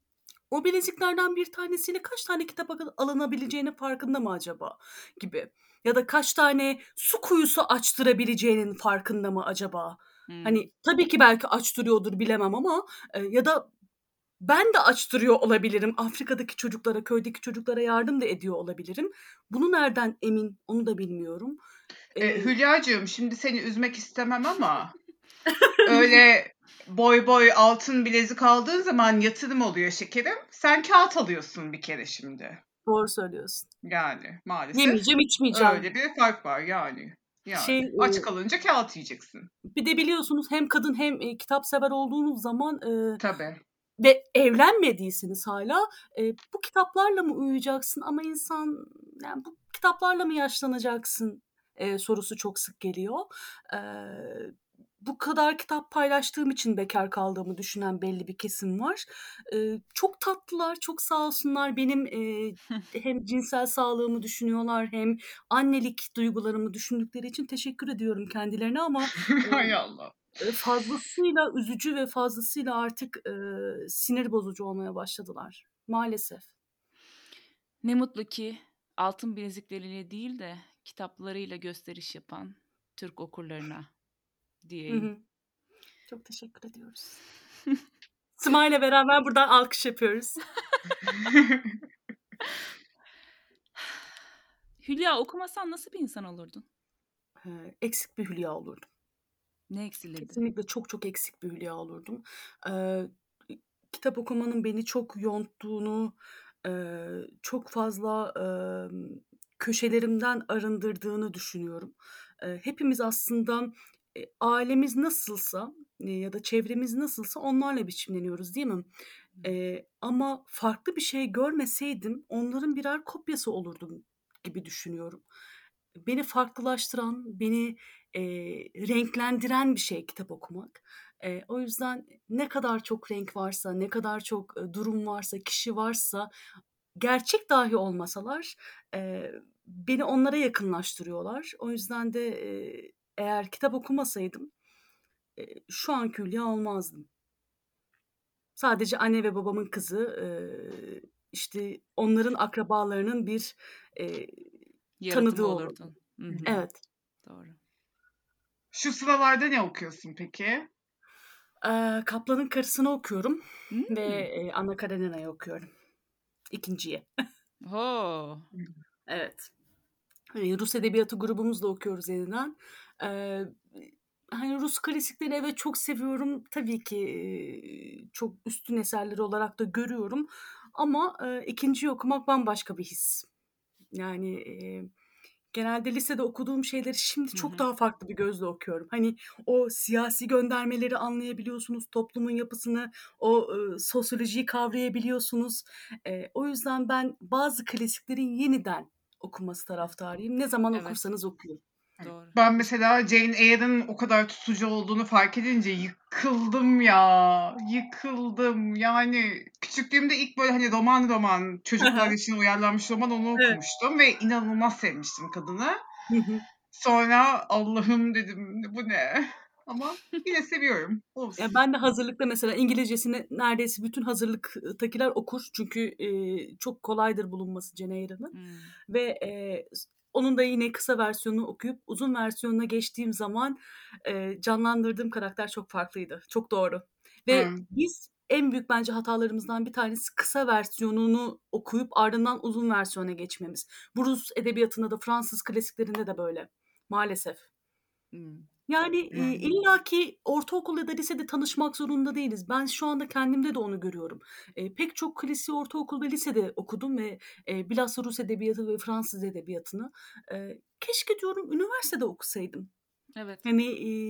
O bileziklerden bir tanesiyle kaç tane kitap alınabileceğinin farkında mı acaba gibi. Ya da kaç tane su kuyusu açtırabileceğinin farkında mı acaba? Hımm. Hani tabii ki belki açtırıyordur bilemem ama ya da ben de açtırıyor olabilirim. Afrika'daki çocuklara, köydeki çocuklara yardım da ediyor olabilirim. Bunu nereden emin onu da bilmiyorum. Hülyacığım, şimdi seni üzmek istemem ama öyle boy altın bilezik aldığın zaman yatırım oluyor şekerim. Sen kağıt alıyorsun bir kere şimdi. Doğru söylüyorsun. Yani maalesef Yemeyeceğim, içmeyeceğim. öyle bir fark var yani. Şey, Yani aç kalınca kağıt yiyeceksin. bir de biliyorsunuz hem kadın hem kitap sever olduğunuz zaman Tabii. ve evlenmediyseniz hala bu kitaplarla mı uyuyacaksın ama insan yani bu kitaplarla mı yaşlanacaksın sorusu çok sık geliyor. Bu kadar kitap paylaştığım için bekar kaldığımı düşünen belli bir kesim var. Çok tatlılar, çok sağ olsunlar benim hem cinsel sağlığımı düşünüyorlar hem annelik duygularımı düşündükleri için teşekkür ediyorum kendilerine ama Hay Allah. fazlasıyla üzücü ve fazlasıyla artık sinir bozucu olmaya başladılar maalesef. Ne mutlu ki altın bilezikleriyle değil de kitaplarıyla gösteriş yapan Türk okurlarına Hı diyeyim. hı. Çok teşekkür ediyoruz. Smile beraber buradan alkış yapıyoruz. Hülya, okumasan nasıl bir insan olurdun? Eksik bir hülya olurdum. Ne eksilirdi? Kesinlikle çok çok eksik bir hülya olurdum. Eee, kitap okumanın beni çok yonttuğunu, çok fazla, köşelerimden arındırdığını düşünüyorum. Hepimiz aslında, ailemiz nasılsa, ya da çevremiz nasılsa onlarla biçimleniyoruz, değil mi? Ama farklı bir şey görmeseydim onların birer kopyası olurdum gibi düşünüyorum. Beni farklılaştıran, beni renklendiren bir şey kitap okumak. O yüzden ne kadar çok renk varsa, ne kadar çok durum varsa, kişi varsa, gerçek dahi olmasalar beni onlara yakınlaştırıyorlar. O yüzden de eğer kitap okumasaydım şu anki Hülya olmazdım. Sadece anne ve babamın kızı, işte onların akrabalarının bir eee, Yaratım tanıdığı olurdum. olurdun. Hı hı. Evet. Doğru. Şu sıralarda ne okuyorsun peki? Kaplan'ın Karısı'nı okuyorum Hımm. ve Anna Karenina'yı okuyorum. 2'nciyi. O! Evet. Rus edebiyatı grubumuzla okuyoruz yeniden. Eee, hani Rus klasikleri evet çok seviyorum. Tabii ki çok üstün eserleri olarak da görüyorum. Ama 2'nciyi okumak bambaşka bir his. Yani genelde lisede okuduğum şeyleri şimdi Hı çok hı. daha farklı bir gözle okuyorum. Hani o siyasi göndermeleri anlayabiliyorsunuz, toplumun yapısını, o sosyolojiyi kavrayabiliyorsunuz. O yüzden ben bazı klasiklerin yeniden okunması taraftarıyım. Ne zaman Evet, okursanız okuyun. doğru. Ben mesela Jane Eyre'ın o kadar tutucu olduğunu fark edince yıkıldım ya. Yıkıldım. Yani küçüklüğümde ilk böyle hani roman Hı çocuklar hı. için uyarlanmış roman onu Evet. okumuştum ve inanılmaz sevmiştim kadını. Hı hı. Sonra Allah'ım dedim bu ne? Ama yine seviyorum. Ya, Olsun. ben de hazırlıkta mesela İngilizcesini neredeyse bütün hazırlıktakiler okur. Çünkü çok kolaydır bulunması Jane Eyre'nin Hımm. ve onun da yine kısa versiyonunu okuyup uzun versiyonuna geçtiğim zaman canlandırdığım karakter çok farklıydı. Çok doğru ve Hı. biz en büyük bence hatalarımızdan bir tanesi kısa versiyonunu okuyup ardından uzun versiyona geçmemiz. Bu Rus edebiyatında da Fransız klasiklerinde de böyle maalesef. Hımm. Yani, Yani. illaki ortaokul ya da lisede tanışmak zorunda değiliz. Ben şu anda kendimde de onu görüyorum. Pek çok klasiği ortaokul ve lisede okudum ve bilhassa Rus edebiyatı ve Fransız edebiyatını. Keşke diyorum üniversitede okusaydım. Evet. Hani,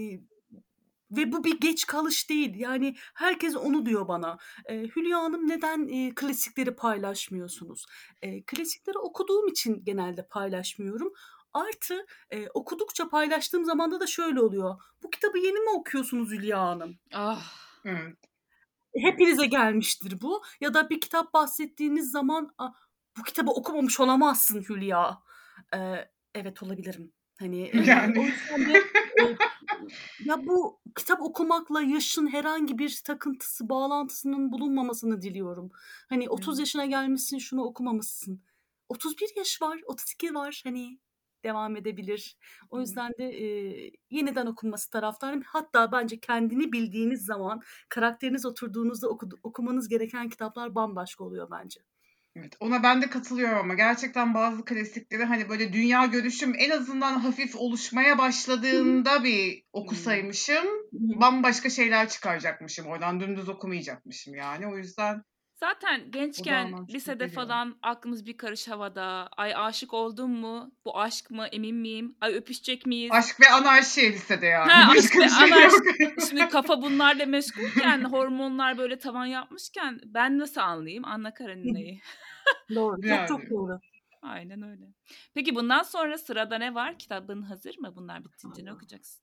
ve bu bir geç kalış değil. Yani herkes onu diyor bana. "Hülya Hanım neden, klasikleri paylaşmıyorsunuz?" Klasikleri okuduğum için genelde paylaşmıyorum. Artı, okudukça paylaştığım zamanda da şöyle oluyor. "Bu kitabı yeni mi okuyorsunuz Hülya Hanım?" Ah! Evet. Hepinize gelmiştir bu ya da bir kitap bahsettiğiniz zaman, "Bu kitabı okumamış olamazsın Hülya." Evet, olabilirim. Hani, Yani. o yüzden de Eee, ya, bu kitap okumakla yaşın herhangi bir takıntısı, bağlantısının bulunmamasını diliyorum. Hani, 30 Evet. yaşına gelmişsin, şunu okumamışsın. 31 yaş var, 32 var, hani, devam edebilir. O Evet. yüzden de, yeniden okunması taraftarıyım. Hatta bence kendini bildiğiniz zaman, karakteriniz oturduğunuzda okumanız gereken kitaplar bambaşka oluyor bence. Evet, ona ben de katılıyorum ama gerçekten bazı klasikleri, hani, böyle dünya görüşüm en azından hafif oluşmaya Hı hı. başladığında bir Hımm. okusaymışım, Hı hı. bambaşka şeyler çıkaracakmışım oradan, dümdüz okumayacakmışım yani. O yüzden Zaten o daha gençken mantıklı lisede geliyor. falan aklımız bir karış havada. Ay, aşık oldum mu? Bu aşk mı? Emin miyim? Ay, öpüşecek miyiz? Aşk ve anarşi lisede yani. Ha, aşk Başka ve bir şey yok. anarşi. Şimdi kafa bunlarla meşgulken, hormonlar böyle tavan yapmışken ben nasıl anlayayım? Anla Hı hı. Karenina'yı. Doğru. Çok çok Yani. doğru. Aynen öyle. Peki bundan sonra sırada ne var? Kitabın hazır mı? Bunlar bitince ne okuyacaksın?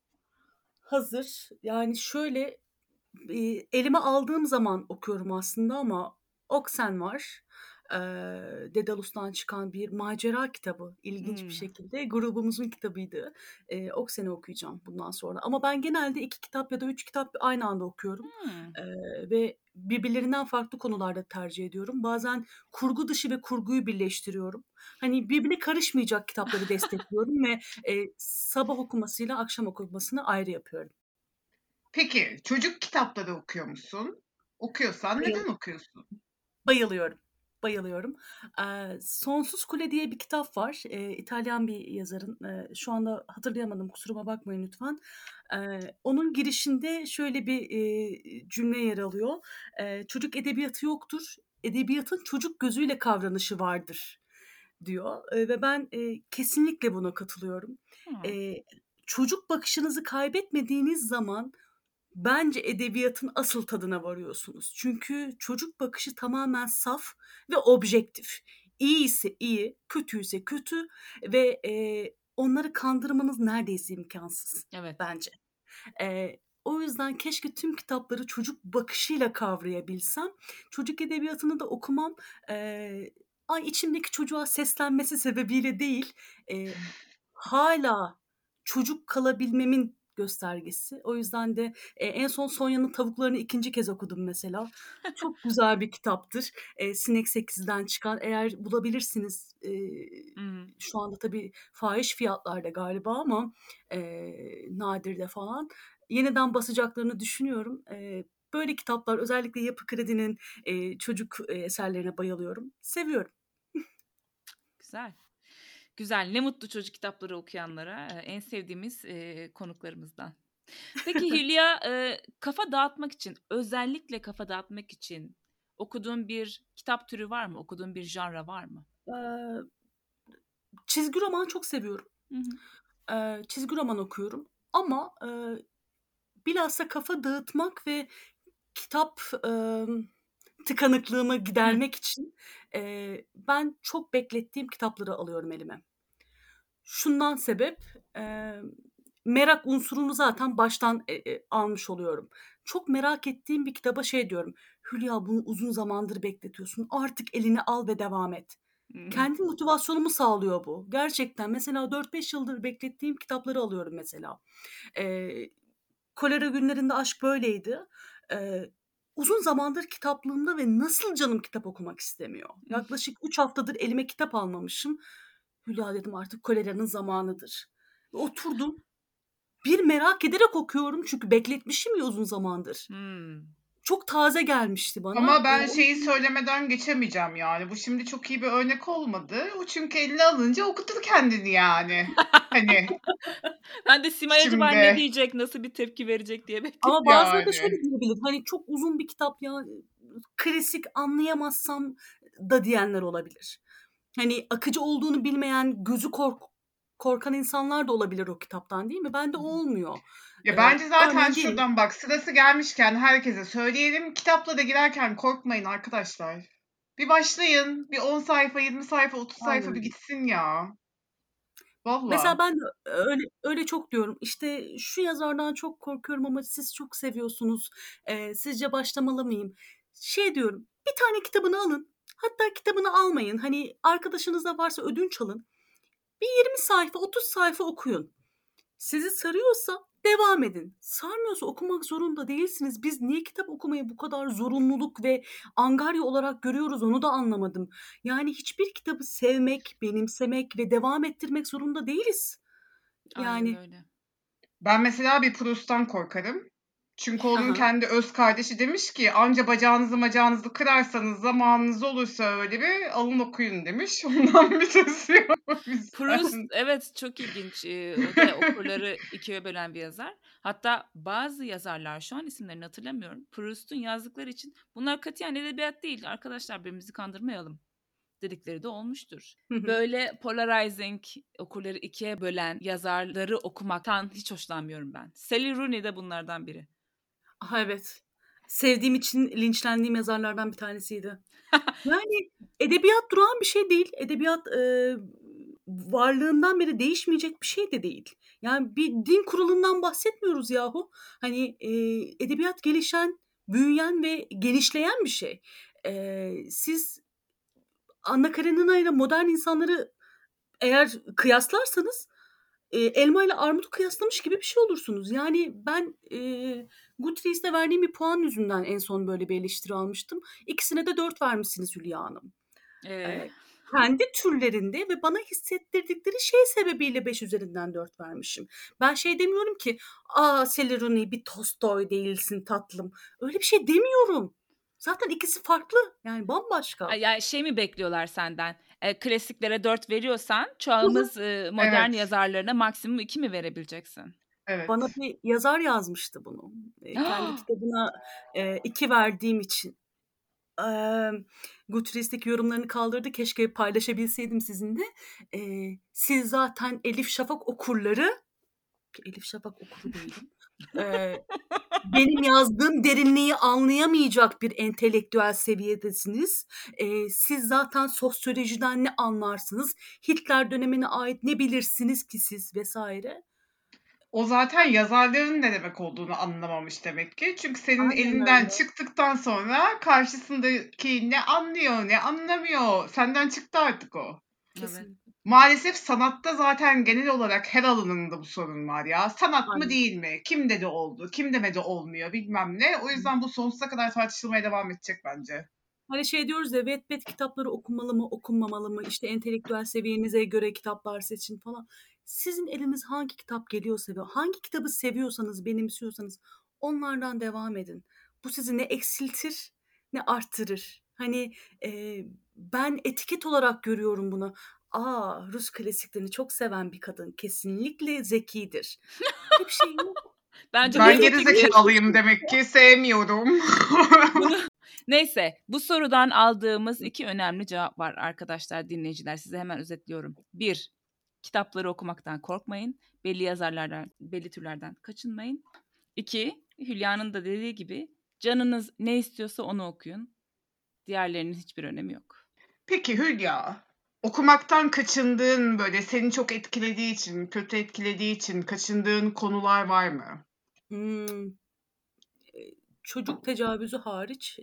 Hazır. Yani, şöyle, elime aldığım zaman okuyorum aslında ama Oksen var. Daedalus'tan çıkan bir macera kitabı ilginç bir Hımm. şekilde. Grubumuzun kitabıydı. Oksen'i okuyacağım bundan sonra ama ben genelde 2 kitap ya da 3 kitap aynı anda okuyorum, Hımm. ve birbirlerinden farklı konularda tercih ediyorum. Bazen kurgu dışı ve kurguyu birleştiriyorum. Hani, birbirine karışmayacak kitapları destekliyorum ve, sabah okumasıyla akşam okumasını ayrı yapıyorum. Peki, çocuk kitapları okuyor musun? Okuyorsan Bayıl neden okuyorsun? Bayılıyorum, bayılıyorum. Sonsuz Kule diye bir kitap var. İtalyan bir yazarın. Şu anda hatırlayamadım, kusuruma bakmayın lütfen. Onun girişinde şöyle bir, cümle yer alıyor. "Çocuk edebiyatı yoktur, edebiyatın çocuk gözüyle kavranışı vardır." diyor, ve ben, kesinlikle buna katılıyorum. A! Eee, çocuk bakışınızı kaybetmediğiniz zaman bence edebiyatın asıl tadına varıyorsunuz. Çünkü çocuk bakışı tamamen saf ve objektif. İyiyse iyi, kötüyse kötü ve, onları kandırmanız neredeyse imkânsız Evet. bence. O yüzden keşke tüm kitapları çocuk bakışıyla kavrayabilsem. Çocuk edebiyatını da okumam, ay, içimdeki çocuğa seslenmesi sebebiyle değil, eee, hâlâ çocuk kalabilmemin göstergesi. O yüzden de, en son Sonya'nın Tavukları'nı 2'nci kez okudum mesela. Çok güzel bir kitaptır. Sinek Sekiz'den çıkan. Eğer bulabilirsiniz, Hı hı. şu anda tabii fahiş fiyatlarda galiba ama, nadirde falan. Yeniden basacaklarını düşünüyorum. Böyle kitaplar özellikle Yapı Kredi'nin, çocuk, eserlerine bayılıyorum. Seviyorum. Güzel. Güzel. Ne mutlu çocuk kitapları okuyanlara. En sevdiğimiz, konuklarımızdan. Peki Hülya, kafa dağıtmak için, özellikle kafa dağıtmak için okuduğun bir kitap türü var mı? Okuduğun bir janra var mı? Eee, çizgi roman çok seviyorum. Hı hı. Çizgi roman okuyorum ama, bilhassa kafa dağıtmak ve kitap, tıkanıklığımı Hıh. gidermek için, ben çok beklettiğim kitapları alıyorum elime. Şundan sebep, emm, merak unsurunu zaten baştan, almış oluyorum. Çok merak ettiğim bir kitaba şey diyorum, "Hülya, bunu uzun zamandır bekletiyorsun. Artık eline al ve devam et." Hı hı. Kendi motivasyonumu sağlıyor bu. Gerçekten mesela 4-5 yıldır beklettiğim kitapları alıyorum mesela. Eee, Kolera Günlerinde Aşk böyleydi. Eee, uzun zamandır kitaplığımda ve nasıl canım kitap okumak istemiyor. Yaklaşık 3 haftadır elime kitap almamışım. Hülya dedim artık koleranın zamanıdır. Ve oturdum. Bir merak ederek okuyorum çünkü bekletmişim ya uzun zamandır. Hımm. Çok taze gelmişti bana. Ama ben O şeyi söylemeden geçemeyeceğim yani. Bu şimdi çok iyi bir örnek olmadı. O çünkü eline alınca okutur kendini yani. Hani Ben de Simay acaba ne şimdi diyecek, nasıl bir tepki verecek diye ama bekliyorum. bazıları da yani. şöyle diyebilir, hani, çok uzun bir kitap ya, klasik anlayamazsam da diyenler olabilir. Hani, akıcı olduğunu bilmeyen, gözü korkan insanlar da olabilir o kitaptan, değil mi? Bende o olmuyor. Ya, bence zaten Örneğin diyelim. şuradan bak, sırası gelmişken herkese söyleyelim, kitaplara girerken korkmayın arkadaşlar. Bir başlayın, bir 10 sayfa, 20 sayfa, 30 sayfa Aynen bir öyle. gitsin ya. Mesela Valla. ben de öyle çok diyorum. İşte, şu yazardan çok korkuyorum ama siz çok seviyorsunuz. Sizce başlamalı mıyım? Şey diyorum, bir tane kitabını alın. Hatta kitabını almayın. Hani, arkadaşınız da varsa ödünç alın. Bir 20 sayfa, 30 sayfa okuyun. Sizi sarıyorsa devam edin. Sarmıyorsa okumak zorunda değilsiniz. Biz niye kitap okumayı bu kadar zorunluluk ve angarya olarak görüyoruz onu da anlamadım. Yani hiçbir kitabı sevmek, benimsemek ve devam ettirmek zorunda değiliz. Aynen Yani öyle. Ben mesela bir Proust'tan korkarım. Çünkü onun aha. kendi öz kardeşi demiş ki anca bacağınızı kırarsanız zamanınız olursa öyle bir alın okuyun demiş. Ondan bir tırsıyor o Proust, yüzden. evet, çok ilginç. O da okurları ikiye bölen bir yazar. Hatta bazı yazarlar, şu an isimlerini hatırlamıyorum, Proust'un yazdıkları için bunlar katiyen edebiyat değil arkadaşlar, birbirimizi kandırmayalım dedikleri de olmuştur. Hı hı. Böyle polarizing, okurları ikiye bölen yazarları okumaktan hiç hoşlanmıyorum ben. Sally Rooney de bunlardan biri. Aha, evet. Sevdiğim için linçlendiğim yazarlardan bir tanesiydi. Yani edebiyat durağan bir şey değil. Edebiyat varlığından beri değişmeyecek bir şey de değil. Yani bir din kuralından bahsetmiyoruz yahu. Hani edebiyat gelişen, büyüyen ve genişleyen bir şey. Siz Anna Karenina ile modern insanları eğer kıyaslarsanız elma ile armudu kıyaslamış gibi bir şey olursunuz. Yani ben Goodreads'te verdiğim bir puan yüzünden en son böyle bir eleştiri almıştım. İkisine de 4 vermişsiniz Hülya Hanım. Ee, Kendi türlerinde ve bana hissettirdikleri şey sebebiyle 5 üzerinden 4 vermişim. Ben şey demiyorum ki, Sally Rooney bir Tolstoy değilsin tatlım. Öyle bir şey demiyorum. Zaten ikisi farklı. Yani bambaşka. Yani şey mi bekliyorlar senden? Klasiklere 4 veriyorsan Hı hı. çağımız modern Evet, yazarlarına maksimum 2 mi verebileceksin? evet. Bana bir yazar yazmıştı bunu. Kendi kitabına 2 verdiğim için. Goodreads'teki yorumlarını kaldırdı. Keşke paylaşabilseydim sizinle. Siz zaten Elif Şafak okurları, ki Elif Şafak okuru değilim. Eee, benim yazdığım derinliği anlayamayacak bir entelektüel seviyedesiniz. Siz zaten sosyolojiden ne anlarsınız? Hitler dönemine ait ne bilirsiniz ki siz vesaire. O zaten yazarların ne demek olduğunu anlamamış demek ki. Çünkü senin Aynen elinden öyle. çıktıktan sonra karşısındaki ne anlıyor, ne anlamıyor. Senden çıktı artık o. Evet. Kesinlikle. Maalesef sanatta zaten genel olarak her alanında bu sorun var ya. Sanat mı Aynen. değil mi? Kim dedi oldu, kim demedi olmuyor bilmem ne. O yüzden bu sonsuza kadar tartışılmaya devam edecek bence. Hani şey diyoruz ya, Wattpad kitapları okunmalı mı, okunmamalı mı? İşte entelektüel seviyenize göre kitaplar seçin falan. Sizin eliniz hangi kitap geliyorsa ve hangi kitabı seviyorsanız, benimsiyorsanız onlardan devam edin. Bu sizi ne eksiltir ne arttırır. Hani ben etiket olarak görüyorum bunu. Rus klasiklerini çok seven bir kadın kesinlikle zekidir. Öyle bir şey yok. Bence Ben Böyle geri gazeteci değil. zekalıyım demek ki sevmiyorum. bunu neyse, bu sorudan aldığımız 2 önemli cevap var arkadaşlar, dinleyiciler. Size hemen özetliyorum. 1, kitapları okumaktan korkmayın. Belli yazarlardan, belli türlerden kaçınmayın. 2, Hülya'nın da dediği gibi canınız ne istiyorsa onu okuyun. Diğerlerinin hiçbir önemi yok. Peki Hülya, okumaktan kaçındığın böyle seni çok etkilediği için, kötü etkilediği için kaçındığın konular var mı? Hmm, çocuk tecavüzü hariç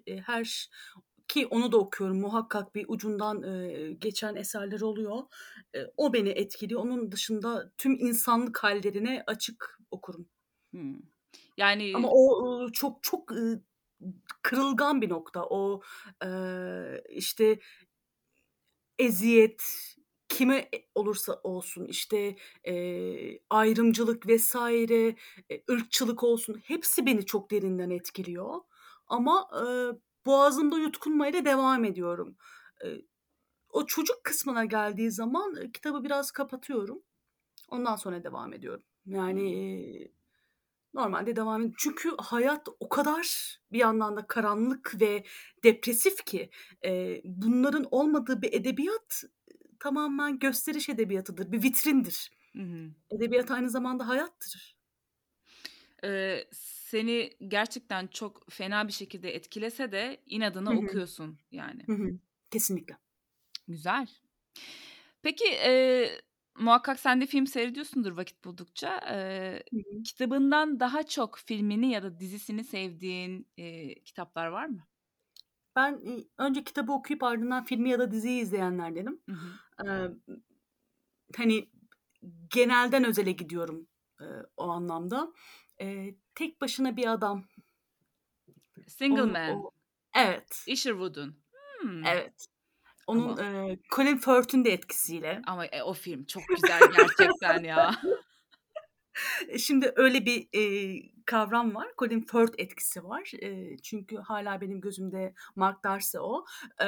ki onu da okuyorum. Muhakkak bir ucundan geçen eserler oluyor. O beni etkiliyor. Onun dışında tüm insanlık hallerine açık okurum. Hımm. Ama Yani o çok çok kırılgan bir nokta. O işte eziyet kime olursa olsun işte ayrımcılık vesaire, ırkçılık olsun hepsi beni çok derinden etkiliyor. Ama boğazımda yutkunmayla devam ediyorum. Eee, o çocuk kısmına geldiği zaman kitabı biraz kapatıyorum. Ondan sonra devam ediyorum. Yani Hımm. normalde devam çünkü hayat o kadar bir yandan da karanlık ve depresif ki bunların olmadığı bir edebiyat tamamen gösteriş edebiyatıdır, bir vitrindir. Hı hı. Edebiyat aynı zamanda hayattır. Seni gerçekten çok fena bir şekilde etkilese de Hı inadına hı. okuyorsun yani. Hı hı. Kesinlikle. Güzel. Peki, muhakkak sen de film seyrediyorsundur vakit buldukça. Hı hı. Kitabından daha çok filmini ya da dizisini sevdiğin, kitaplar var mı? Ben, önce kitabı okuyup ardından filmi ya da diziyi izleyenlerdenim. Hı hı. Eee, hani, genelden özele gidiyorum. o anlamda. Tek Başına Bir Adam. Single Onun Man. Evet. Isherwood'un. Evet. Onun Ama Colin Firth'ün de etkisiyle. ama o film çok güzel gerçekten ya. Şimdi öyle bir kavram var. Colin Firth etkisi var. Çünkü hala benim gözümde Mark Darcy o.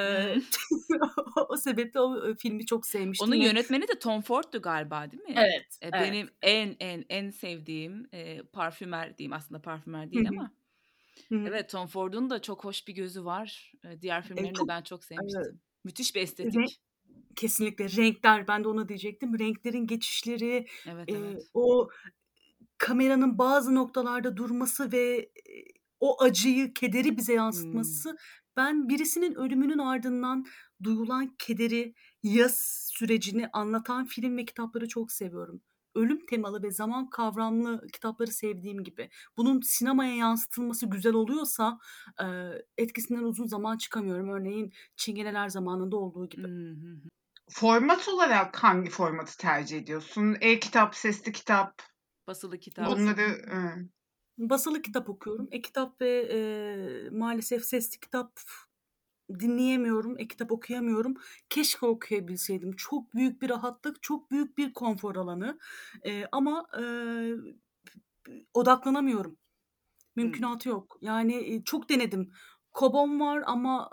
O sebeple o filmi çok sevmiştim Onun ve yönetmeni de Tom Ford'tu galiba, değil mi? evet, evet. Benim en sevdiğim parfümer diyeyim, aslında parfümer Hı değil hı. ama Hı hı. evet, Tom Ford'un da çok hoş bir gözü var. Diğer filmlerini de Çok ben çok e, sevmiştim. Müthiş bir re- estetik. kesinlikle renkler, ben de onu diyecektim. Renklerin geçişleri, Evet, evet. o kameranın bazı noktalarda durması ve o acıyı, kederi bize Hımm. yansıtması, ben birisinin ölümünün ardından duyulan kederi, yas sürecini anlatan film ve kitapları çok seviyorum. Ölüm temalı ve zaman kavramlı kitapları sevdiğim gibi. Bunun sinemaya yansıtılması güzel oluyorsa, etkisinden uzun zaman çıkamıyorum. Örneğin Çingeneler Zamanı'nda olduğu Hı gibi. hı. Format olarak hangi formatı tercih ediyorsun? E-kitap, sesli kitap, Basılı kitap. bunları Basılı kitap okuyorum. E-kitap ve maalesef sesli kitap dinleyemiyorum, e-kitap okuyamıyorum. Keşke okuyabilseydim. Çok büyük bir rahatlık, çok büyük bir konfor alanı. Ama odaklanamıyorum. Mümkünatı yok. Yani çok denedim. Kobom var ama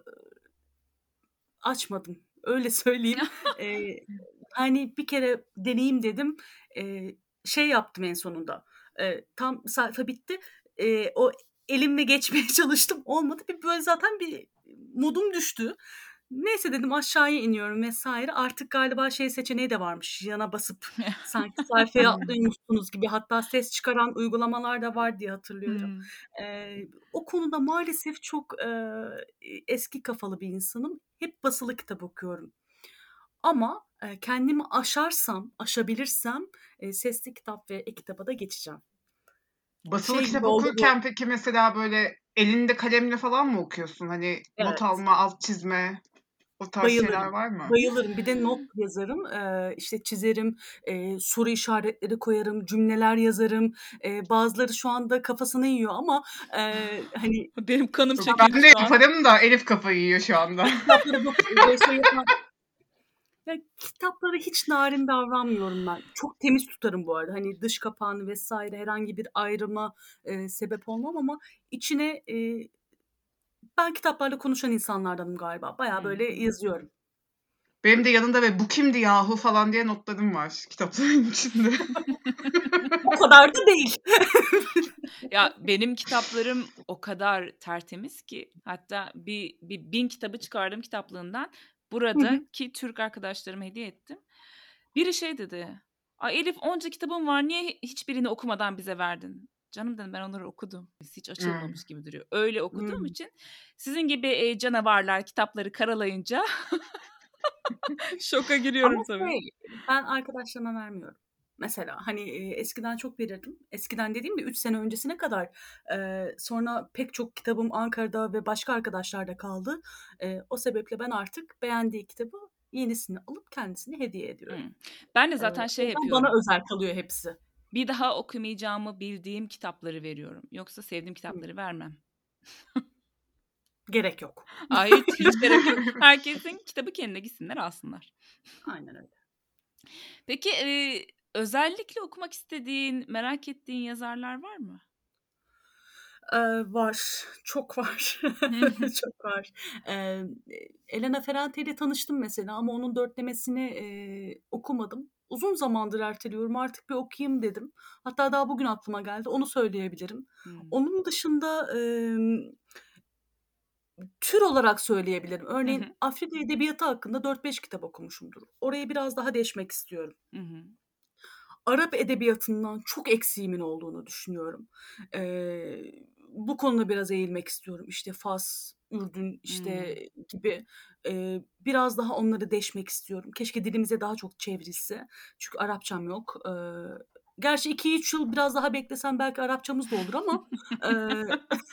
açmadım. Öyle söyleyeyim. Eee, Hani bir kere deneyeyim dedim. Şey yaptım en sonunda. Tam sayfa bitti. O elimle geçmeye çalıştım. Olmadı. Bir böyle zaten bir modum düştü. Neyse dedim aşağıya iniyorum vesaire. Artık galiba şey seçeneği de varmış. Yana basıp sanki sayfaya atlıyormuşsunuz gibi. Hatta ses çıkaran uygulamalar da var diye hatırlıyorum. Hımm. O konuda maalesef çok eski kafalı bir insanım. Hep basılı kitap okuyorum. Ama kendimi aşabilirsem sesli kitap ve e-kitaba da geçeceğim. basılı Şey gibi kitap oldu bu. okurken peki mesela böyle elinde kalemle falan mı okuyorsun? Hani not Evet. alma, alt çizme, o tarz şeyler Bayılırım. var mı? Bayılırım. Bir de not yazarım. İşte çizerim, soru işaretleri koyarım, cümleler yazarım. Bazıları şu anda kafasını yiyor ama hani Benim kanım Yok, çekildi ben de şu an. yaparım da Elif kafayı yiyor şu anda. kitapları böyle şey yapan ya, kitaplara hiç narin davranmıyorum ben. Çok temiz tutarım bu arada. Hani dış kapağını vesaire herhangi bir ayrıma sebep olmam ama içine ben kitaplarla konuşan insanlardanım galiba. Bayağı Hı böyle hı. yazıyorum. Benim de yanında ve bu kimdi yahu falan diye notlarım var kitapların içinde. O kadar da değil. Ya, benim kitaplarım o kadar tertemiz ki hatta bir 1000 kitabı çıkardım kitaplığından. Hı hı. Buradaki Türk arkadaşlarıma hediye ettim. Biri şey dedi, "Ay Elif onca kitabın var, niye hiçbirini okumadan bize verdin?" "Canım," dedim, "ben onları okudum. Hiç Hımm. açılmamış gibi duruyor." Öyle okuduğum Hımm. için sizin gibi, canavarlar kitapları karalayınca şoka Ama giriyorum tabii. ben arkadaşlarıma vermiyorum. Mesela, hani, eskiden çok verirdim. Eskiden dediğim de 3 sene öncesine kadar. Sonra pek çok kitabım Ankara'da ve başka arkadaşlarda kaldı. O sebeple ben artık beğendiği kitabı yenisini alıp kendisine hediye ediyorum. Hımm. Ben de zaten O şey yüzden bana yapıyorum, özel kalıyor hepsi. bir daha okumayacağımı bildiğim kitapları veriyorum. Yoksa sevdiğim Hımm. kitapları vermem. Gerek yok. Ay, hiç gerek yok. Herkesin kitabı kendine, gitsinler alsınlar. Aynen öyle. Peki, özellikle okumak istediğin, merak ettiğin yazarlar var mı? Var, çok var. Hı hı. Çok var. Elena Ferrante ile tanıştım mesela ama onun dörtlemesini, okumadım. Uzun zamandır erteliyorum, artık bir okuyayım dedim. Hatta daha bugün aklıma geldi, onu söyleyebilirim. Hımm. Onun dışında, tür olarak söyleyebilirim. Hı Örneğin hı. Afrika edebiyatı hakkında 4-5 kitap okumuşumdur. Orayı biraz daha deşmek istiyorum. Hı hı. Arap edebiyatından çok eksiğimin olduğunu düşünüyorum. Bu konuda biraz eğilmek istiyorum. İşte Fas, Ürdün, işte, Hımm. gibi. Biraz daha onları deşmek istiyorum. Keşke dilimize daha çok çevrilse. Çünkü Arapçam yok. Gerçi 2-3 yıl biraz daha beklesem belki Arapçamız da olur ama, eee,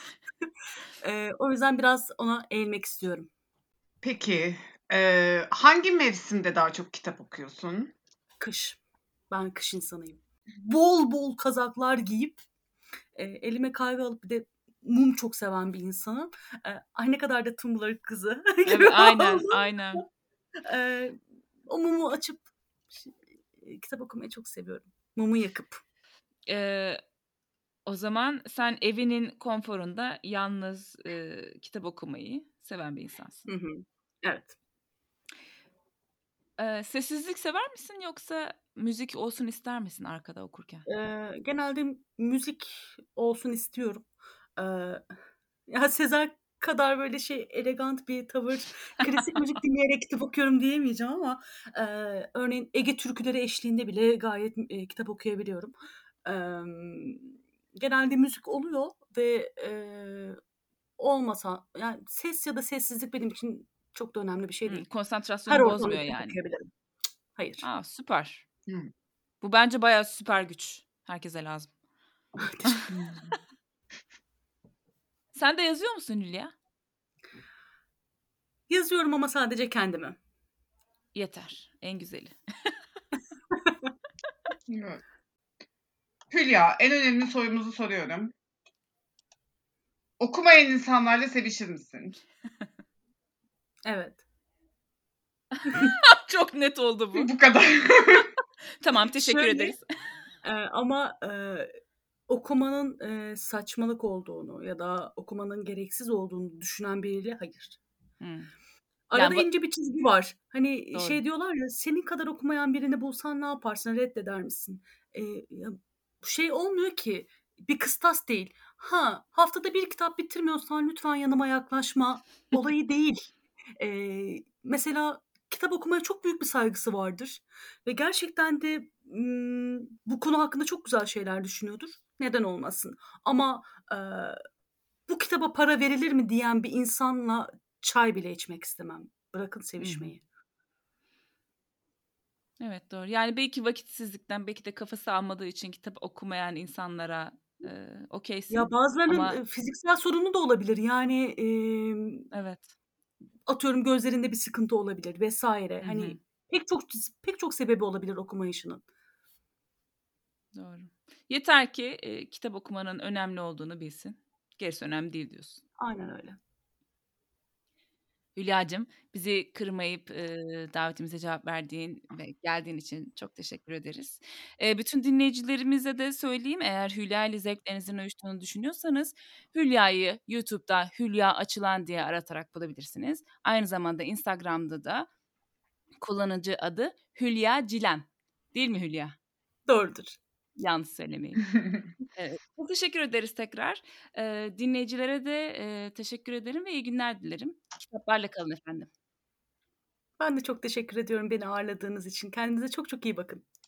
o yüzden biraz ona eğilmek istiyorum. Peki, hangi mevsimde daha çok kitap okuyorsun? Kış. Ben kış insanıyım. bol bol kazaklar giyip elime kahve alıp bir de mum çok seven bir insanım. Ay ne kadar da Tumblr kızı gibi Evet, aynen, oldum. aynen. O mumu açıp kitap okumayı çok seviyorum. Mumu yakıp. O zaman sen evinin konforunda yalnız kitap okumayı seven bir insansın. Hı hı. Evet. Sessizlik sever misin yoksa müzik olsun ister misin arkada okurken? Genelde müzik olsun istiyorum. Eee, ya Sezer kadar böyle elegant bir tavır, klasik müzik dinleyerek kitap okuyorum diyemeyeceğim ama örneğin Ege türküleri eşliğinde bile gayet kitap okuyabiliyorum. Emm, genelde müzik oluyor ve olmasa yani ses ya da sessizlik benim için çok da önemli bir şey değil. Her Konsantrasyonu ortamda bozmuyor kitap yani. okuyabilirim. Hayır. Süper. Hımm. Bu bence bayağı süper güç. Herkese lazım. Teşekkür Hımm. Sen de yazıyor musun Hülya? Yazıyorum ama sadece kendime. Yeter. En güzeli. Evet. Hülya, en önemli sorumuzu soruyorum. Okumayan insanlarla sevişir misin? Evet. Çok net oldu bu. Bu kadar. Tamam, teşekkür Şöyle, ederiz. ama, okumanın, saçmalık olduğunu ya da okumanın gereksiz olduğunu düşünen biriyle hayır. Hımm. Arada Yani ince bir çizgi var. Hani, doğru. diyorlar ya, "Senin kadar okumayan birini bulsan ne yaparsın? Reddeder misin?" Ya, bu olmuyor ki, bir kıstas değil. Haftada bir kitap bitirmiyorsan lütfen yanıma yaklaşma olayı değil. Mesela kitap okumaya çok büyük bir saygısı vardır ve gerçekten de, bu konu hakkında çok güzel şeyler düşünüyordur. Neden olmasın? Ama, "Bu kitaba para verilir mi?" diyen bir insanla çay bile içmek istemem. Bırakın Hı hı. sevişmeyi. Evet, doğru. Yani belki vakitsizlikten, belki de kafası almadığı için kitap okumayan insanlara, Ya, okay'sin bazılarının, ama fiziksel sorunu da olabilir. Yani, evet. atıyorum gözlerinde bir sıkıntı olabilir vs. Hı hı. Hani, pek çok sebebi olabilir okumayışının. Doğru. Yeter ki, kitap okumanın önemli olduğunu bilsin. Gerisi önemli değil diyorsun. Aynen öyle. Hülyacığım, bizi kırmayıp, davetimize cevap verdiğin ve geldiğin için çok teşekkür ederiz. Bütün dinleyicilerimize de söyleyeyim, eğer Hülya ile zevklerinizin uyuştuğunu düşünüyorsanız Hülya'yı YouTube'da Hülya Açılan diye aratarak bulabilirsiniz. Aynı zamanda Instagram'da da kullanıcı adı Hülya Cilen. Değil mi Hülya? Doğrudur. Yanlış söylemeyeyim. Evet. Çok teşekkür ederiz tekrar. Dinleyicilere de, teşekkür ederim ve iyi günler dilerim. Kitaplarla kalın efendim. Ben de çok teşekkür ediyorum beni ağırladığınız için. Kendinize çok çok iyi bakın.